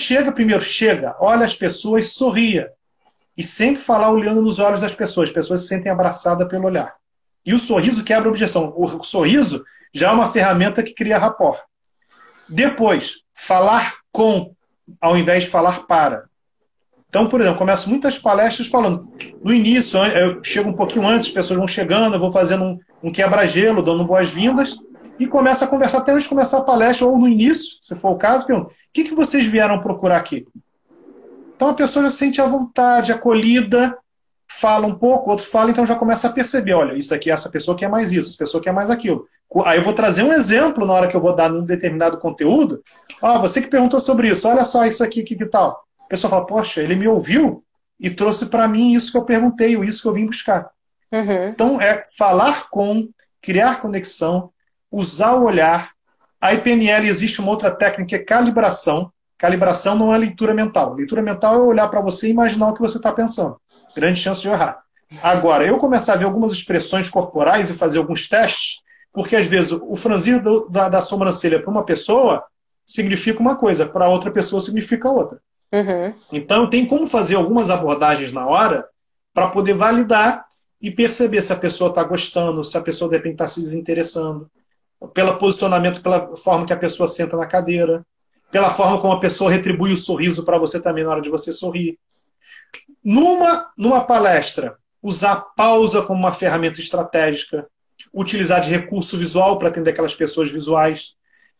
olha as pessoas, sorria. E sempre falar olhando nos olhos das pessoas. As pessoas se sentem abraçadas pelo olhar. E o sorriso quebra a objeção. O sorriso já é uma ferramenta que cria rapport. Depois, falar com, ao invés de falar para. Então, por exemplo, eu começo muitas palestras falando. No início, eu chego um pouquinho antes, as pessoas vão chegando, eu vou fazendo um quebra-gelo, dando boas-vindas, e começo a conversar até antes de começar a palestra, ou no início, se for o caso, pergunto: o que vocês vieram procurar aqui? Então a pessoa já se sente à vontade, acolhida, fala um pouco, outro fala, então já começa a perceber: olha, isso aqui, essa pessoa quer mais isso, essa pessoa quer mais aquilo. Aí eu vou trazer um exemplo na hora que eu vou dar num determinado conteúdo. Você que perguntou sobre isso, olha só isso aqui, que tal? A pessoa fala: poxa, ele me ouviu e trouxe para mim isso que eu perguntei, ou isso que eu vim buscar. Então é falar com, criar conexão, usar o olhar. A PNL existe uma outra técnica, que é calibração. calibração não é leitura mental. Leitura mental é olhar para você e imaginar o que você está pensando. Grande chance de eu errar. Agora, eu começar a ver algumas expressões corporais e fazer alguns testes, porque às vezes o franzir da sobrancelha para uma pessoa significa uma coisa, para outra pessoa significa outra. Uhum. Então, tem como fazer algumas abordagens na hora para poder validar e perceber se a pessoa está gostando, se a pessoa de repente está se desinteressando, pelo posicionamento, pela forma que a pessoa senta na cadeira, pela forma como a pessoa retribui o sorriso para você também na hora de você sorrir. Numa palestra, usar pausa como uma ferramenta estratégica, utilizar de recurso visual para atender aquelas pessoas visuais,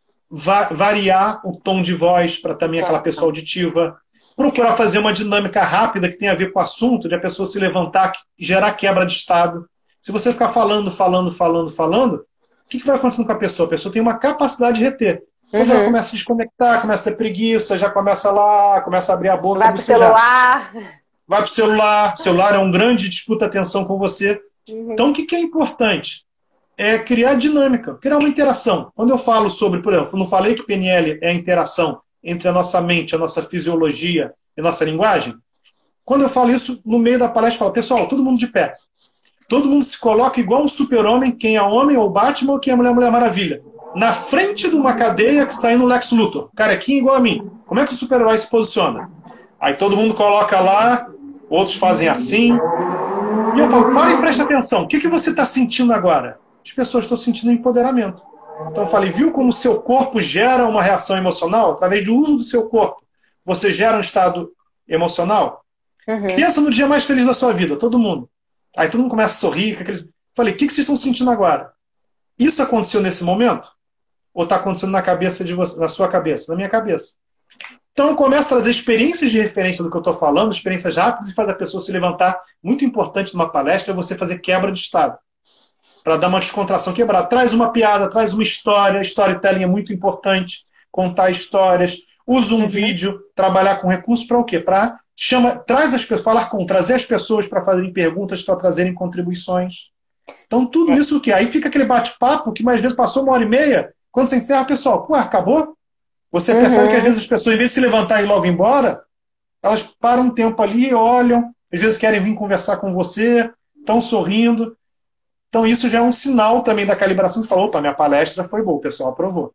variar o tom de voz para também aquela pessoa auditiva, procurar fazer uma dinâmica rápida que tem a ver com o assunto, de a pessoa se levantar e gerar quebra de estado. Se você ficar falando, o que vai acontecendo com a pessoa? A pessoa tem uma capacidade de reter. Depois ela começa a se desconectar, começa a ter preguiça, já começa lá, começa a abrir a boca. Vai pro celular. Vai pro celular. O celular é um grande disputa atenção com você. Então, o que é importante? É criar dinâmica, criar uma interação. Quando eu falo sobre, por exemplo, não falei que PNL é a interação entre a nossa mente, a nossa fisiologia e a nossa linguagem? Quando eu falo isso, no meio da palestra, eu falo, pessoal, todo mundo de pé. Todo mundo se coloca igual o super-homem, quem é homem ou Batman ou quem é Mulher Maravilha. Na frente de uma cadeia que está indo o Lex Luthor. Carequinho igual a mim. Como é que o super-herói se posiciona? Aí todo mundo coloca lá, outros fazem assim. E eu falo, para e preste atenção. O que você está sentindo agora? As pessoas estão sentindo empoderamento. Então eu falei, viu como o seu corpo gera uma reação emocional? Através do uso do seu corpo, você gera um estado emocional? Pensa no dia mais feliz da sua vida, todo mundo. Aí todo mundo começa a sorrir. Falei, o que vocês estão sentindo agora? Isso aconteceu nesse momento? Ou está acontecendo na cabeça de você, na sua cabeça? Na minha cabeça. Então começa a trazer experiências de referência do que eu estou falando, experiências rápidas, e faz a pessoa se levantar. Muito importante numa palestra é você fazer quebra de estado. Para dar uma descontração quebrada. Traz uma piada, traz uma história. Storytelling é muito importante. Contar histórias. Usa um vídeo, trabalhar com recursos para o quê? Traz as pessoas, trazer as pessoas para fazerem perguntas, para trazerem contribuições. Então, tudo isso que aí fica aquele bate-papo que mais vezes passou 1h30, quando você encerra, pessoal, acabou? Você percebe que às vezes as pessoas, em vez de se levantar e ir logo embora, elas param um tempo ali, olham, às vezes querem vir conversar com você, estão sorrindo. Então, isso já é um sinal também da calibração. Você falou, opa, minha palestra foi boa, o pessoal aprovou.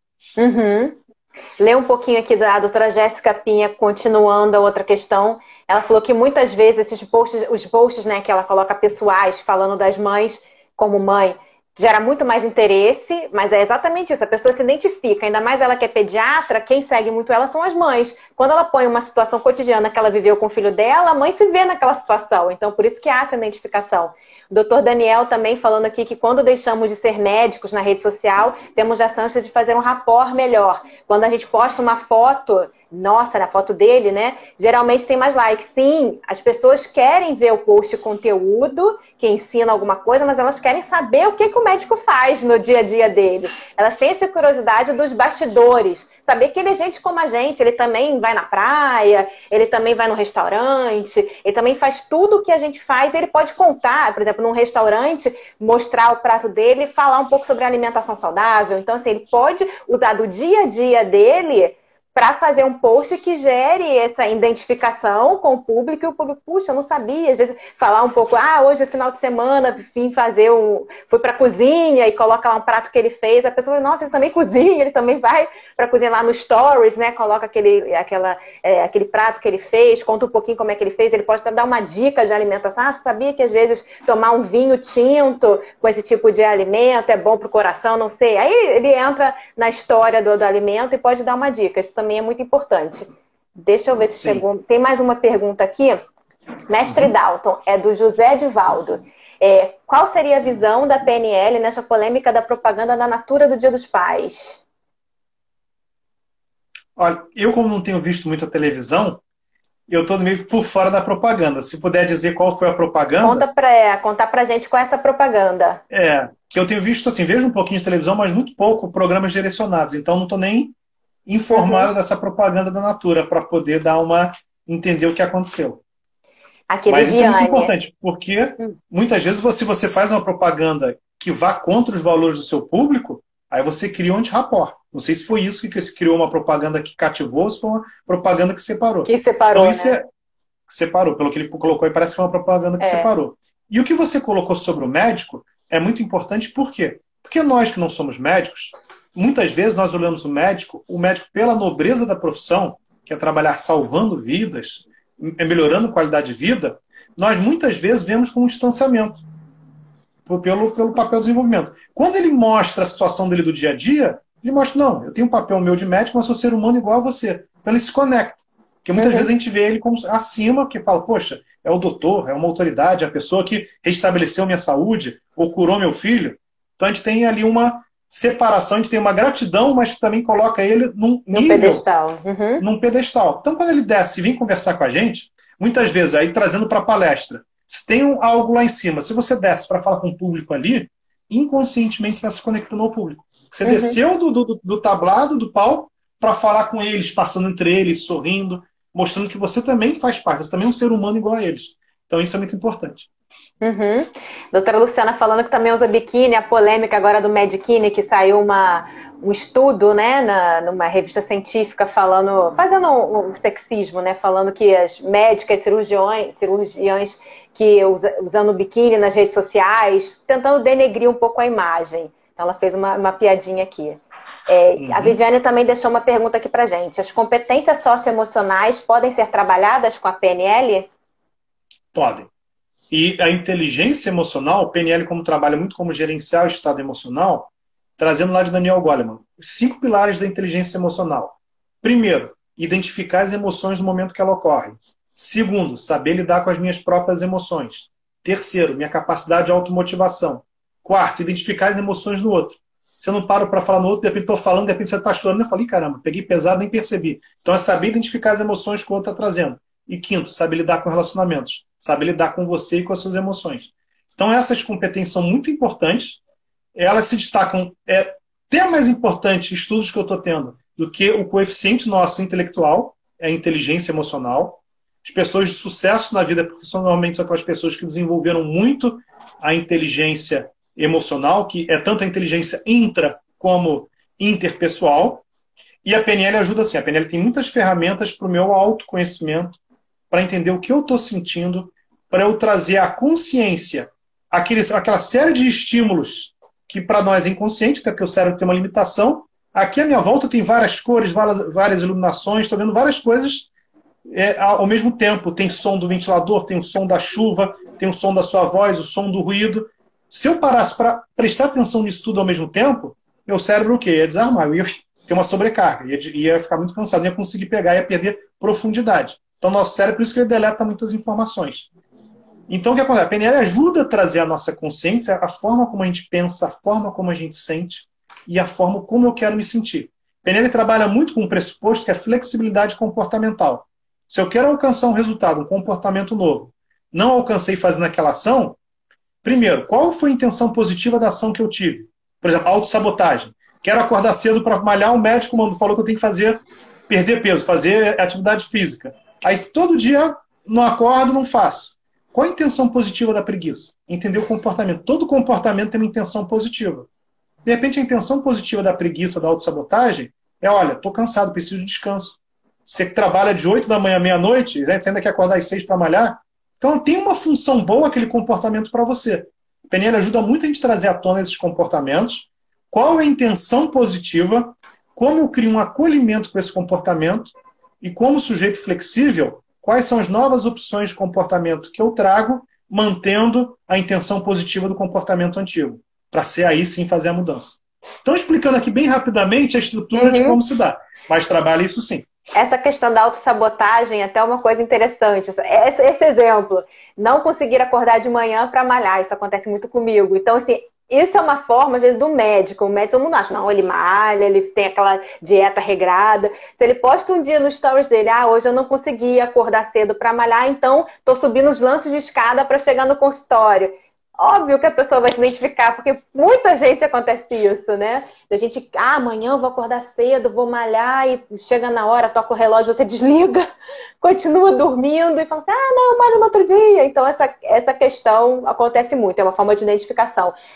Lê um pouquinho aqui da doutora Jéssica Pinha, continuando a outra questão. Ela falou que muitas vezes os posts, né, que ela coloca pessoais, falando das mães como mãe, gera muito mais interesse, mas é exatamente isso, a pessoa se identifica, ainda mais ela que é pediatra, quem segue muito ela são as mães. Quando ela põe uma situação cotidiana que ela viveu com o filho dela, a mãe se vê naquela situação, então por isso que há essa identificação. O doutor Daniel também falando aqui que quando deixamos de ser médicos na rede social, temos a chance de fazer um rapport melhor. Quando a gente posta uma foto, nossa, na foto dele, né? Geralmente tem mais likes. Sim, as pessoas querem ver o post conteúdo que ensina alguma coisa, mas elas querem saber o que o médico faz no dia a dia dele. Elas têm essa curiosidade dos bastidores. Saber que ele é gente como a gente, ele também vai na praia, ele também vai no restaurante, ele também faz tudo o que a gente faz, ele pode contar, por exemplo, num restaurante, mostrar o prato dele e falar um pouco sobre alimentação saudável. Então, assim, ele pode usar do dia a dia dele para fazer um post que gere essa identificação com o público, e o público, puxa, eu não sabia, às vezes falar um pouco, hoje é final de semana, fui para a cozinha e coloca lá um prato que ele fez, a pessoa, nossa, ele também cozinha, ele também vai para a cozinha lá no Stories, né, coloca aquele prato que ele fez, conta um pouquinho como é que ele fez, ele pode até dar uma dica de alimentação, você sabia que às vezes tomar um vinho tinto com esse tipo de alimento é bom para o coração, não sei, aí ele entra na história do alimento e pode dar uma dica, isso também é muito importante. Deixa eu ver se chegou. Tem mais uma pergunta aqui. Mestre Dalton, é do José Divaldo. Qual seria a visão da PNL nessa polêmica da propaganda da Natura do Dia dos Pais? Olha, eu como não tenho visto muita televisão, eu estou meio por fora da propaganda. Se puder dizer qual foi a propaganda... Contar pra gente qual é essa propaganda. Que eu tenho visto, assim, vejo um pouquinho de televisão, mas muito pouco programas direcionados. Então não estou nem informado dessa propaganda da Natura para poder entender o que aconteceu. Mas isso é muito importante, porque muitas vezes se você faz uma propaganda que vá contra os valores do seu público, aí você cria um anti-rapport. Não sei se foi isso que se criou uma propaganda que cativou, ou se foi uma propaganda que separou. Que separou, Então, isso né? é separou, pelo que ele colocou, e parece que foi uma propaganda que É. separou. E o que você colocou sobre o médico é muito importante, por quê? Porque nós que não somos médicos, muitas vezes nós olhamos o médico pela nobreza da profissão, que é trabalhar salvando vidas, melhorando qualidade de vida, nós muitas vezes vemos com um distanciamento pelo papel do desenvolvimento. Quando ele mostra a situação dele do dia a dia, ele mostra, não, eu tenho um papel meu de médico, mas sou ser humano igual a você. Então ele se conecta. Porque muitas vezes a gente vê ele como acima, que fala, poxa, é o doutor, é uma autoridade, é a pessoa que restabeleceu minha saúde, ou curou meu filho. Então a gente tem ali uma separação, a gente tem uma gratidão, mas também coloca ele num No nível, pedestal. Uhum. num pedestal. Então quando ele desce e vem conversar com a gente, muitas vezes, aí trazendo para a palestra, se tem algo lá em cima, se você desce para falar com o público ali, inconscientemente você está se conectando ao público. Você desceu do tablado, do palco, para falar com eles, passando entre eles, sorrindo, mostrando que você também faz parte, você também é um ser humano igual a eles. Então isso é muito importante. Uhum. Doutora Luciana falando que também usa biquíni, a polêmica agora do Medikini, que saiu um estudo, né, numa revista científica fazendo um sexismo, né, falando que as médicas, cirurgiãs que usando biquíni nas redes sociais, tentando denegrir um pouco a imagem. Então ela fez uma piadinha aqui. A Viviane também deixou uma pergunta aqui pra gente. As competências socioemocionais podem ser trabalhadas com a PNL? Podem. E a inteligência emocional, o PNL como trabalha muito como gerenciar o estado emocional, trazendo lá de Daniel Goleman, os 5 pilares da inteligência emocional. Primeiro, identificar as emoções no momento que ela ocorre. Segundo, saber lidar com as minhas próprias emoções. Terceiro, minha capacidade de automotivação. Quarto, identificar as emoções no outro. Se eu não paro para falar no outro, de repente estou falando, de repente você está chorando, eu falei, caramba, peguei pesado, nem percebi. Então é saber identificar as emoções que o outro está trazendo. E quinto, saber lidar com relacionamentos. Saber lidar com você e com as suas emoções. Então essas competências são muito importantes. Elas se destacam, até mais importante, estudos que eu estou tendo, do que o coeficiente nosso intelectual, é a inteligência emocional. As pessoas de sucesso na vida, porque normalmente são aquelas pessoas que desenvolveram muito a inteligência emocional, que é tanto a inteligência intra como interpessoal. E a PNL ajuda assim. A PNL tem muitas ferramentas para o meu autoconhecimento, para entender o que eu estou sentindo, para eu trazer a consciência, aquela série de estímulos que para nós é inconsciente, até porque o cérebro tem uma limitação. Aqui à minha volta tem várias cores, várias iluminações, estou vendo várias coisas ao mesmo tempo. Tem som do ventilador, tem o som da chuva, tem o som da sua voz, o som do ruído. Se eu parasse para prestar atenção nisso tudo ao mesmo tempo, meu cérebro o quê? Ia desarmar, eu ia ter uma sobrecarga, ia ficar muito cansado, não ia conseguir pegar, ia perder profundidade. Então, nosso cérebro, por isso que ele deleta muitas informações. Então, o que acontece? A PNL ajuda a trazer a nossa consciência, a forma como a gente pensa, a forma como a gente sente e a forma como eu quero me sentir. A PNL trabalha muito com um pressuposto que é flexibilidade comportamental. Se eu quero alcançar um resultado, um comportamento novo, não alcancei fazendo aquela ação, primeiro, qual foi a intenção positiva da ação que eu tive? Por exemplo, autossabotagem. Quero acordar cedo para malhar, o médico falou que eu tenho que perder peso, fazer atividade física. Aí todo dia não acordo, não faço. Qual a intenção positiva da preguiça? Entender o comportamento. Todo comportamento tem uma intenção positiva. De repente, a intenção positiva da preguiça, da autossabotagem, é, olha, estou cansado, preciso de descanso. Você trabalha de 8 da manhã à meia-noite, né, você ainda quer acordar às 6 para malhar. Então, tem uma função boa aquele comportamento para você. A PNL ajuda muito a gente trazer à tona esses comportamentos. Qual é a intenção positiva? Como eu crio um acolhimento para esse comportamento? E como sujeito flexível, quais são as novas opções de comportamento que eu trago, mantendo a intenção positiva do comportamento antigo, para ser aí sim fazer a mudança. Então, explicando aqui bem rapidamente a estrutura de como se dá. Mas trabalha isso sim. Essa questão da autossabotagem é até uma coisa interessante. Esse exemplo, não conseguir acordar de manhã para malhar, isso acontece muito comigo. Então, assim, isso é uma forma, às vezes, do médico. O médico não acha, não, ele malha, ele tem aquela dieta regrada. Se ele posta um dia no stories dele, hoje eu não consegui acordar cedo para malhar, então estou subindo os lances de escada para chegar no consultório. Óbvio que a pessoa vai se identificar, porque muita gente acontece isso, né? A gente, amanhã eu vou acordar cedo, vou malhar, e chega na hora, toca o relógio, você desliga, continua dormindo e fala assim, não, eu malho no outro dia. Então essa questão acontece muito, é uma forma de identificação.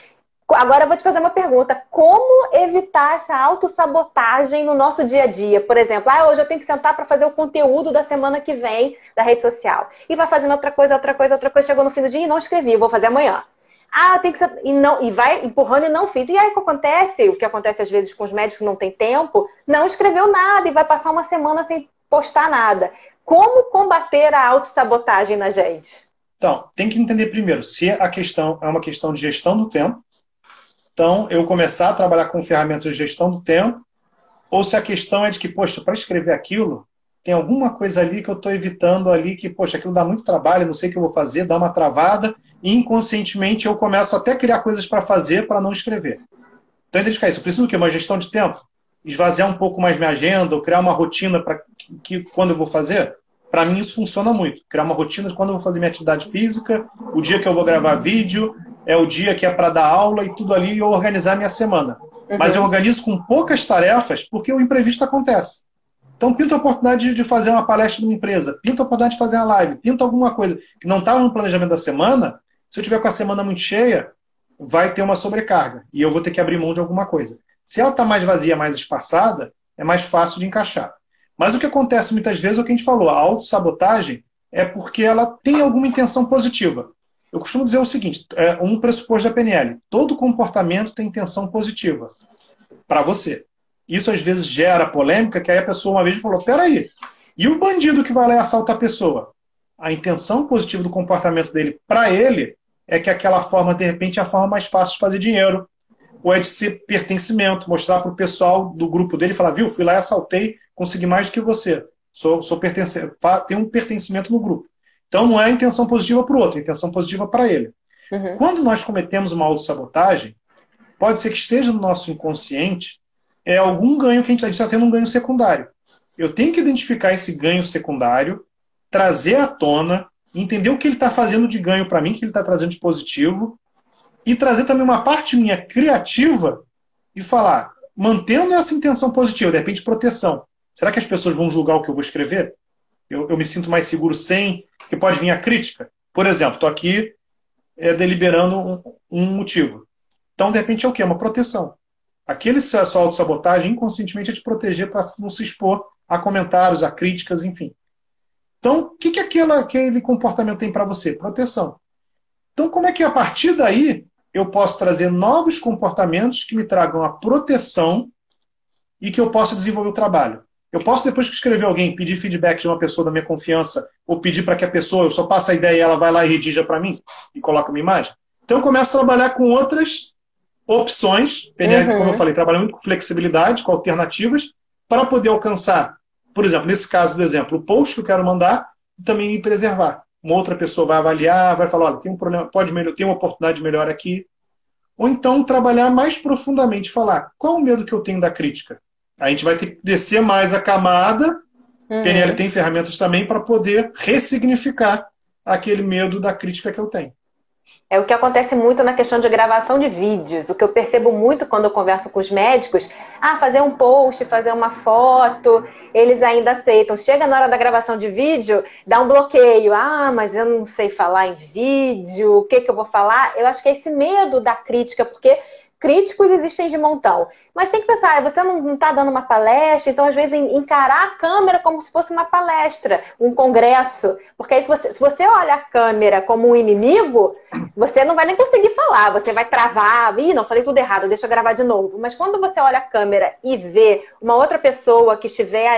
Agora eu vou te fazer uma pergunta. Como evitar essa autossabotagem no nosso dia a dia? Por exemplo, hoje eu tenho que sentar para fazer o conteúdo da semana que vem da rede social. E vai fazendo outra coisa, outra coisa, outra coisa. Chegou no fim do dia e não escrevi, vou fazer amanhã. Eu tenho que ser... e vai empurrando e não fiz. E aí o que acontece às vezes com os médicos que não tem tempo, não escreveu nada e vai passar uma semana sem postar nada. Como combater a autossabotagem na gente? Então, tem que entender primeiro se a questão é uma questão de gestão do tempo. Então, eu começar a trabalhar com ferramentas de gestão do tempo, ou se a questão é de que, poxa, para escrever aquilo, tem alguma coisa ali que eu estou evitando ali, que, poxa, aquilo dá muito trabalho, não sei o que eu vou fazer, dá uma travada, e inconscientemente eu começo até a criar coisas para fazer para não escrever. Então, identificar isso. Eu preciso do quê? Uma gestão de tempo? Esvaziar um pouco mais minha agenda, ou criar uma rotina para que quando eu vou fazer? Para mim isso funciona muito. Criar uma rotina de quando eu vou fazer minha atividade física, o dia que eu vou gravar vídeo, é o dia que é para dar aula e tudo ali, e eu organizar minha semana. Mas eu organizo com poucas tarefas porque o imprevisto acontece. Então, pinta a oportunidade de fazer uma palestra numa empresa, pinta a oportunidade de fazer uma live, pinta alguma coisa que não estava no planejamento da semana. Se eu tiver com a semana muito cheia, vai ter uma sobrecarga e eu vou ter que abrir mão de alguma coisa. Se ela está mais vazia, mais espaçada, é mais fácil de encaixar. Mas o que acontece muitas vezes é o que a gente falou, a autossabotagem é porque ela tem alguma intenção positiva. Eu costumo dizer o seguinte, um pressuposto da PNL, todo comportamento tem intenção positiva para você. Isso às vezes gera polêmica, que aí a pessoa uma vez falou, peraí, e o bandido que vai lá e assalta a pessoa? A intenção positiva do comportamento dele para ele é que aquela forma, de repente, é a forma mais fácil de fazer dinheiro, ou é de ser pertencimento, mostrar para o pessoal do grupo dele, falar, viu, fui lá e assaltei, consegui mais do que você, tenho um pertencimento no grupo. Então não é a intenção positiva para o outro, é a intenção positiva para ele. Quando nós cometemos uma autossabotagem, pode ser que esteja no nosso inconsciente algum ganho que a gente está tendo um ganho secundário. Eu tenho que identificar esse ganho secundário, trazer à tona, entender o que ele está fazendo de ganho para mim, o que ele está trazendo de positivo, e trazer também uma parte minha criativa e falar, mantendo essa intenção positiva, de repente proteção. Será que as pessoas vão julgar o que eu vou escrever? Eu me sinto mais seguro sem, que pode vir a crítica. Por exemplo, estou aqui deliberando um motivo. Então, de repente, é o quê? É uma proteção. Aquele sua autossabotagem, inconscientemente, é te proteger para não se expor a comentários, a críticas, enfim. Então, o que aquele comportamento tem para você? Proteção. Então, como é que a partir daí eu posso trazer novos comportamentos que me tragam a proteção e que eu possa desenvolver o trabalho? Eu posso, depois que escrever alguém, pedir feedback de uma pessoa da minha confiança, ou pedir para que a pessoa, eu só passe a ideia e ela vai lá e redija para mim e coloca uma imagem? Então eu começo a trabalhar com outras opções, PNL, como eu falei, trabalhando muito com flexibilidade, com alternativas, para poder alcançar, por exemplo, nesse caso do exemplo, o post que eu quero mandar e também me preservar. Uma outra pessoa vai avaliar, vai falar, olha, tem um problema, tem uma oportunidade melhor aqui. Ou então trabalhar mais profundamente, falar, qual o medo que eu tenho da crítica? A gente vai ter que descer mais a camada. PNL tem ferramentas também para poder ressignificar aquele medo da crítica que eu tenho. É o que acontece muito na questão de gravação de vídeos. O que eu percebo muito quando eu converso com os médicos, fazer um post, fazer uma foto, eles ainda aceitam. Chega na hora da gravação de vídeo, dá um bloqueio. Mas eu não sei falar em vídeo, o que eu vou falar? Eu acho que é esse medo da crítica, porque críticos existem de montão. Mas tem que pensar, você não está dando uma palestra, então às vezes encarar a câmera como se fosse uma palestra, um congresso. Porque aí se você olha a câmera como um inimigo, você não vai nem conseguir falar, você vai travar, não, falei tudo errado, deixa eu gravar de novo. Mas quando você olha a câmera e vê uma outra pessoa que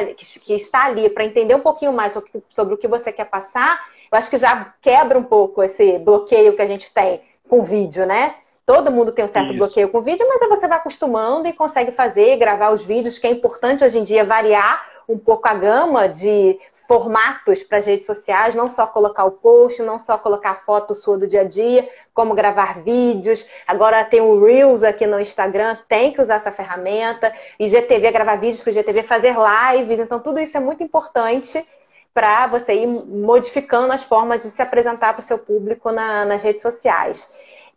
está ali para entender um pouquinho mais sobre o que você quer passar, eu acho que já quebra um pouco esse bloqueio que a gente tem com o vídeo, né? Todo mundo tem um certo bloqueio com vídeo, mas aí você vai acostumando e consegue fazer, gravar os vídeos, que é importante hoje em dia variar um pouco a gama de formatos para as redes sociais, não só colocar o post, não só colocar a foto sua do dia a dia, como gravar vídeos. Agora tem o Reels aqui no Instagram, tem que usar essa ferramenta. IGTV, gravar vídeos para o IGTV, fazer lives. Então tudo isso é muito importante para você ir modificando as formas de se apresentar para o seu público nas redes sociais.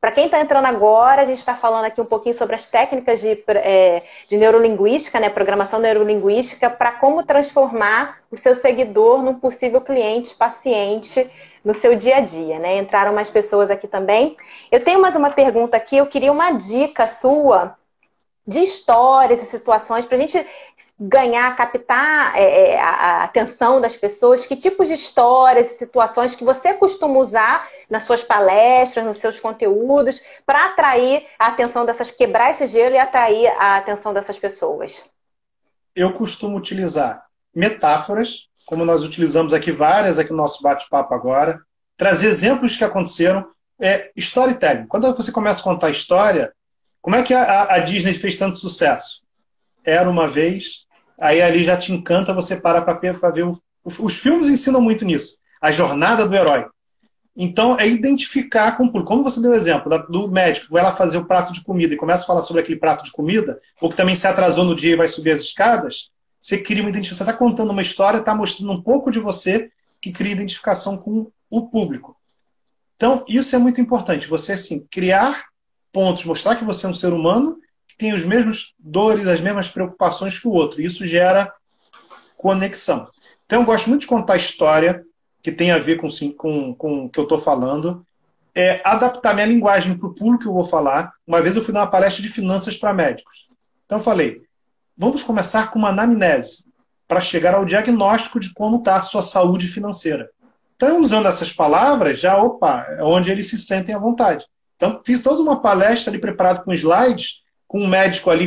Para quem está entrando agora, a gente está falando aqui um pouquinho sobre as técnicas de neurolinguística, né, programação neurolinguística, para como transformar o seu seguidor num possível cliente, paciente no seu dia a dia, né? Entraram mais pessoas aqui também. Eu tenho mais uma pergunta aqui, eu queria uma dica sua de histórias e situações para a gente ganhar, captar a atenção das pessoas, que tipos de histórias e situações que você costuma usar nas suas palestras, nos seus conteúdos, para atrair a atenção dessas, quebrar esse gelo e atrair a atenção dessas pessoas? Eu costumo utilizar metáforas, como nós utilizamos aqui várias aqui no nosso bate-papo agora, trazer exemplos que aconteceram, storytelling. Quando você começa a contar história, como é que a Disney fez tanto sucesso? Era uma vez, aí ali já te encanta, você para ver. Os filmes ensinam muito nisso. A jornada do herói. Então, é identificar com o público. Como você deu o exemplo do médico que vai lá fazer o prato de comida e começa a falar sobre aquele prato de comida, ou que também se atrasou no dia e vai subir as escadas, você cria uma identificação. Você está contando uma história, está mostrando um pouco de você que cria identificação com o público. Então, isso é muito importante. Você, assim, criar pontos, mostrar que você é um ser humano que tem os mesmos dores, as mesmas preocupações que o outro. Isso gera conexão. Então, eu gosto muito de contar história que tem a ver com o que eu estou falando, adaptar minha linguagem para o público que eu vou falar. Uma vez eu fui dar uma palestra de finanças para médicos. Então, eu falei, vamos começar com uma anamnese para chegar ao diagnóstico de como está a sua saúde financeira. Então, usando essas palavras, já, é onde eles se sentem à vontade. Então, fiz toda uma palestra ali preparada com slides, com um médico ali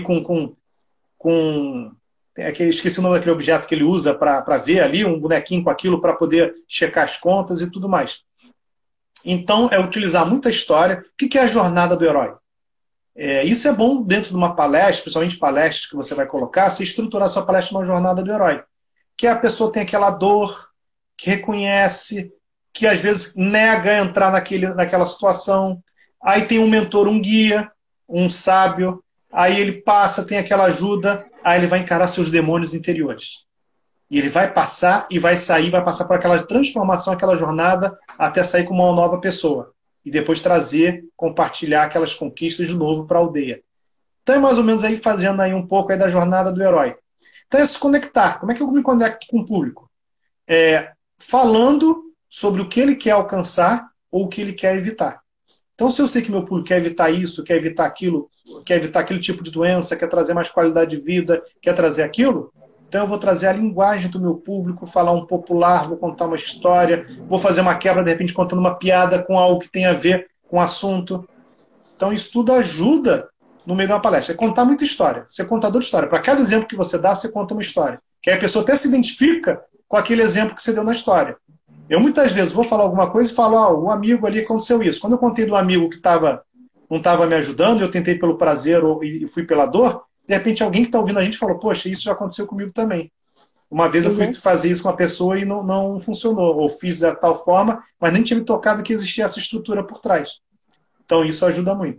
esqueci o nome daquele objeto que ele usa para ver ali, um bonequinho com aquilo para poder checar as contas e tudo mais. Então, é utilizar muita história. O que é a jornada do herói? Isso é bom dentro de uma palestra, principalmente palestras que você vai colocar, você estruturar sua palestra numa jornada do herói. Que a pessoa tem aquela dor, que reconhece, que às vezes nega entrar naquela situação. Aí tem um mentor, um guia, um sábio. Aí ele passa, tem aquela ajuda, aí ele vai encarar seus demônios interiores. E ele vai passar e vai sair, vai passar por aquela transformação, aquela jornada, até sair como uma nova pessoa. E depois compartilhar aquelas conquistas de novo para a aldeia. Então é mais ou menos aí fazendo aí um pouco aí da jornada do herói. Então é se conectar. Como é que eu me conecto com o público? Falando sobre o que ele quer alcançar ou o que ele quer evitar. Então, se eu sei que meu público quer evitar isso, quer evitar aquilo, quer evitar aquele tipo de doença, quer trazer mais qualidade de vida, quer trazer aquilo, então eu vou trazer a linguagem do meu público, falar um popular, vou contar uma história, vou fazer uma quebra, de repente, contando uma piada com algo que tem a ver com o assunto. Então, isso tudo ajuda no meio de uma palestra. É contar muita história. Ser contador de história. Para cada exemplo que você dá, você conta uma história. Que aí a pessoa até se identifica com aquele exemplo que você deu na história. Eu muitas vezes vou falar alguma coisa e falo, o amigo ali aconteceu isso. Quando eu contei do amigo que não estava me ajudando, eu tentei pelo prazer e fui pela dor, de repente alguém que está ouvindo a gente falou, poxa, isso já aconteceu comigo também. Uma vez eu fui fazer isso com uma pessoa e não funcionou. Ou fiz da tal forma, mas nem tinha me tocado que existia essa estrutura por trás. Então isso ajuda muito.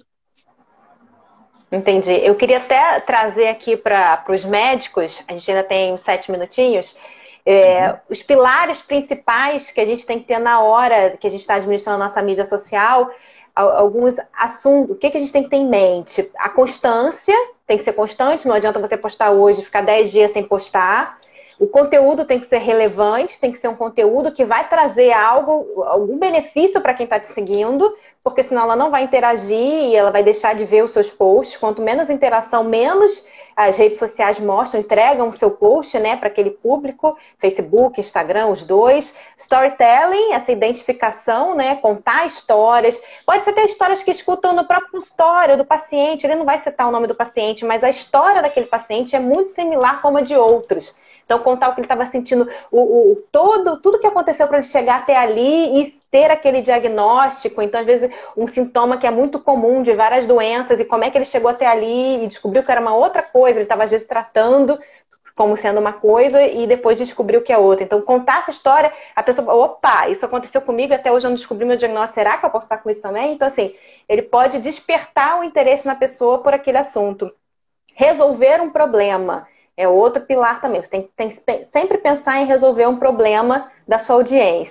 Entendi. Eu queria até trazer aqui para os médicos, a gente ainda tem uns 7 minutinhos, os pilares principais que a gente tem que ter na hora que a gente está administrando a nossa mídia social, alguns assuntos, o que a gente tem que ter em mente? A constância, tem que ser constante, não adianta você postar hoje e ficar 10 dias sem postar. O conteúdo tem que ser relevante, tem que ser um conteúdo que vai trazer algum benefício para quem está te seguindo, porque senão ela não vai interagir e ela vai deixar de ver os seus posts. Quanto menos interação, menos as redes sociais entregam o seu post, né, para aquele público, Facebook, Instagram, os dois. Storytelling, essa identificação, né, contar histórias. Pode ser até histórias que escutam no próprio consultório do paciente, ele não vai citar o nome do paciente, mas a história daquele paciente é muito similar como a de outros. Então, contar o que ele estava sentindo, tudo que aconteceu para ele chegar até ali e ter aquele diagnóstico. Então, às vezes, um sintoma que é muito comum de várias doenças e como é que ele chegou até ali e descobriu que era uma outra coisa. Ele estava, às vezes, tratando como sendo uma coisa e depois descobriu que é outra. Então, contar essa história, a pessoa, opa, isso aconteceu comigo e até hoje eu não descobri meu diagnóstico. Será que eu posso estar com isso também? Então, assim, ele pode despertar o interesse na pessoa por aquele assunto. Resolver um problema é outro pilar também. Você tem que sempre pensar em resolver um problema da sua audiência.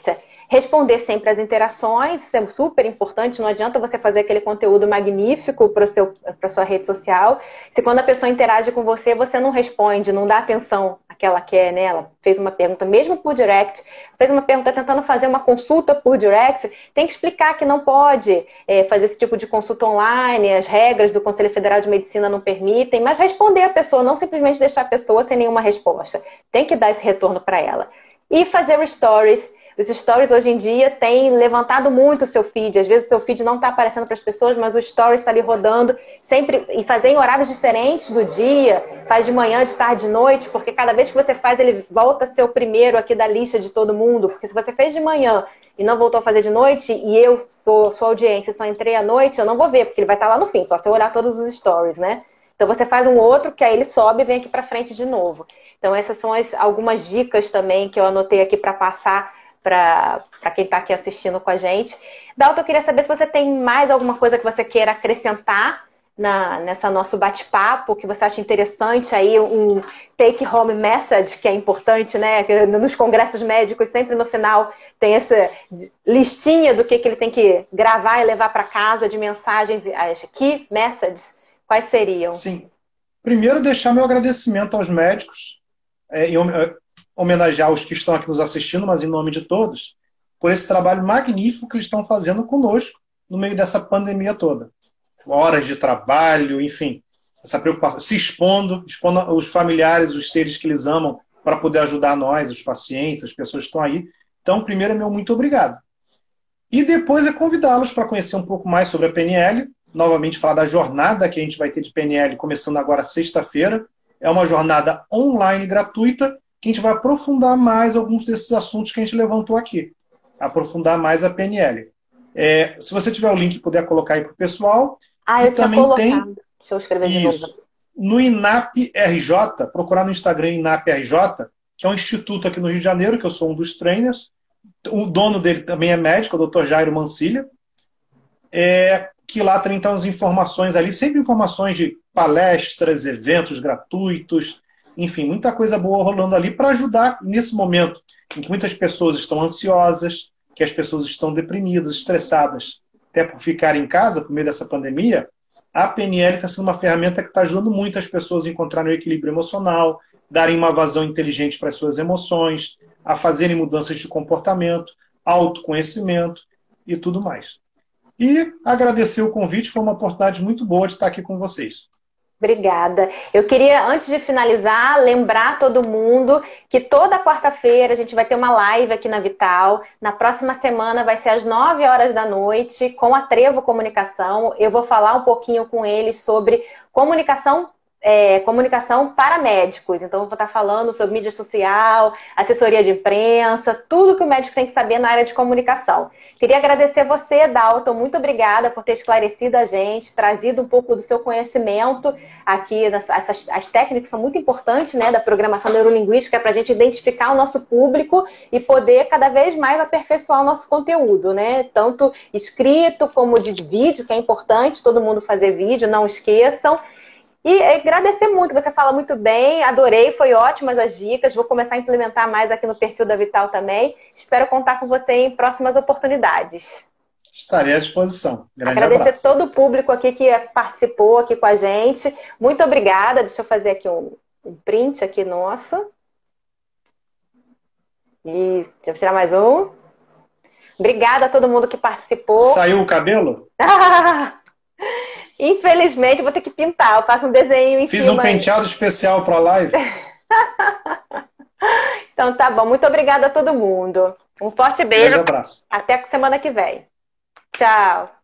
responder sempre as interações, isso é super importante, não adianta você fazer aquele conteúdo magnífico para a sua rede social, se quando a pessoa interage com você, você não responde, não dá atenção a que ela quer, né? Ela fez uma pergunta, mesmo por direct, fez uma pergunta tentando fazer uma consulta por direct, tem que explicar que não pode fazer esse tipo de consulta online, as regras do Conselho Federal de Medicina não permitem, mas responder a pessoa, não simplesmente deixar a pessoa sem nenhuma resposta. Tem que dar esse retorno para ela. E fazer stories. Os stories hoje em dia têm levantado muito o seu feed. Às vezes o seu feed não está aparecendo para as pessoas, mas o stories está ali rodando sempre, e fazer em horários diferentes do dia, faz de manhã, de tarde, de noite, porque cada vez que você faz, ele volta a ser o primeiro aqui da lista de todo mundo. Porque se você fez de manhã e não voltou a fazer de noite, e eu sou sua audiência e só entrei à noite, eu não vou ver, porque ele vai estar lá no fim, só se eu olhar todos os stories, né? Então você faz um outro, que aí ele sobe e vem aqui para frente de novo. Então essas são algumas dicas também que eu anotei aqui para passar para quem está aqui assistindo com a gente. Dalton, eu queria saber se você tem mais alguma coisa que você queira acrescentar nessa nosso bate-papo, que você acha interessante aí, um take-home message, que é importante, né? Nos congressos médicos, sempre no final tem essa listinha do que ele tem que gravar e levar para casa de mensagens, as key messages. Quais seriam? Sim. Primeiro, deixar meu agradecimento aos médicos, homenagear os que estão aqui nos assistindo, mas em nome de todos, por esse trabalho magnífico que eles estão fazendo conosco no meio dessa pandemia toda. Horas de trabalho, enfim, essa preocupação, se expondo os familiares, os seres que eles amam, para poder ajudar nós, os pacientes, as pessoas que estão aí. Então, primeiro é meu muito obrigado. E depois é convidá-los para conhecer um pouco mais sobre a PNL, novamente falar da jornada que a gente vai ter de PNL começando agora sexta-feira. É uma jornada online gratuita que a gente vai aprofundar mais alguns desses assuntos que a gente levantou aqui. Aprofundar mais a PNL. Se você tiver o link e puder colocar aí para o pessoal. Eu tinha também colocado. Tem, deixa eu escrever de novo. No INAP RJ, procurar no Instagram INAP RJ, que é um instituto aqui no Rio de Janeiro, que eu sou um dos trainers. O dono dele também é médico, o Dr. Jairo Mancilha. Que lá tem então as informações ali, sempre informações de palestras, eventos gratuitos, enfim, muita coisa boa rolando ali para ajudar nesse momento em que muitas pessoas estão ansiosas, que as pessoas estão deprimidas, estressadas, até por ficar em casa por meio dessa pandemia. A PNL está sendo uma ferramenta que está ajudando muito as pessoas a encontrarem o equilíbrio emocional, darem uma vazão inteligente para as suas emoções, a fazerem mudanças de comportamento, autoconhecimento e tudo mais. E agradecer o convite, foi uma oportunidade muito boa de estar aqui com vocês. Obrigada. Eu queria, antes de finalizar, lembrar todo mundo que toda quarta-feira a gente vai ter uma live aqui na Vital. Na próxima semana vai ser às 9 horas da noite, com a Trevo Comunicação. Eu vou falar um pouquinho com eles sobre comunicação para médicos. Então, eu vou estar falando sobre mídia social, assessoria de imprensa, tudo que o médico tem que saber na área de comunicação. Queria agradecer você, Dalton. Muito obrigada por ter esclarecido a gente, trazido um pouco do seu conhecimento aqui. As técnicas são muito importantes, né, da programação neurolinguística para a gente identificar o nosso público e poder cada vez mais aperfeiçoar o nosso conteúdo, né? Tanto escrito como de vídeo, que é importante todo mundo fazer vídeo, não esqueçam. E agradecer muito, você fala muito bem, adorei, foi ótimas as dicas, vou começar a implementar mais aqui no perfil da Vital também. Espero contar com você em próximas oportunidades. Estarei à disposição. Grande agradecer abraço. Todo o público aqui que participou aqui com a gente. Muito obrigada. Deixa eu fazer aqui um print aqui nosso. E deixa eu tirar mais um. Obrigada a todo mundo que participou. Saiu o cabelo? Infelizmente, vou ter que pintar. Eu faço um desenho em Fiz cima. Fiz um penteado especial para a live. Então tá bom. Muito obrigada a todo mundo. Um forte beijo. Um abraço. Até a semana que vem. Tchau.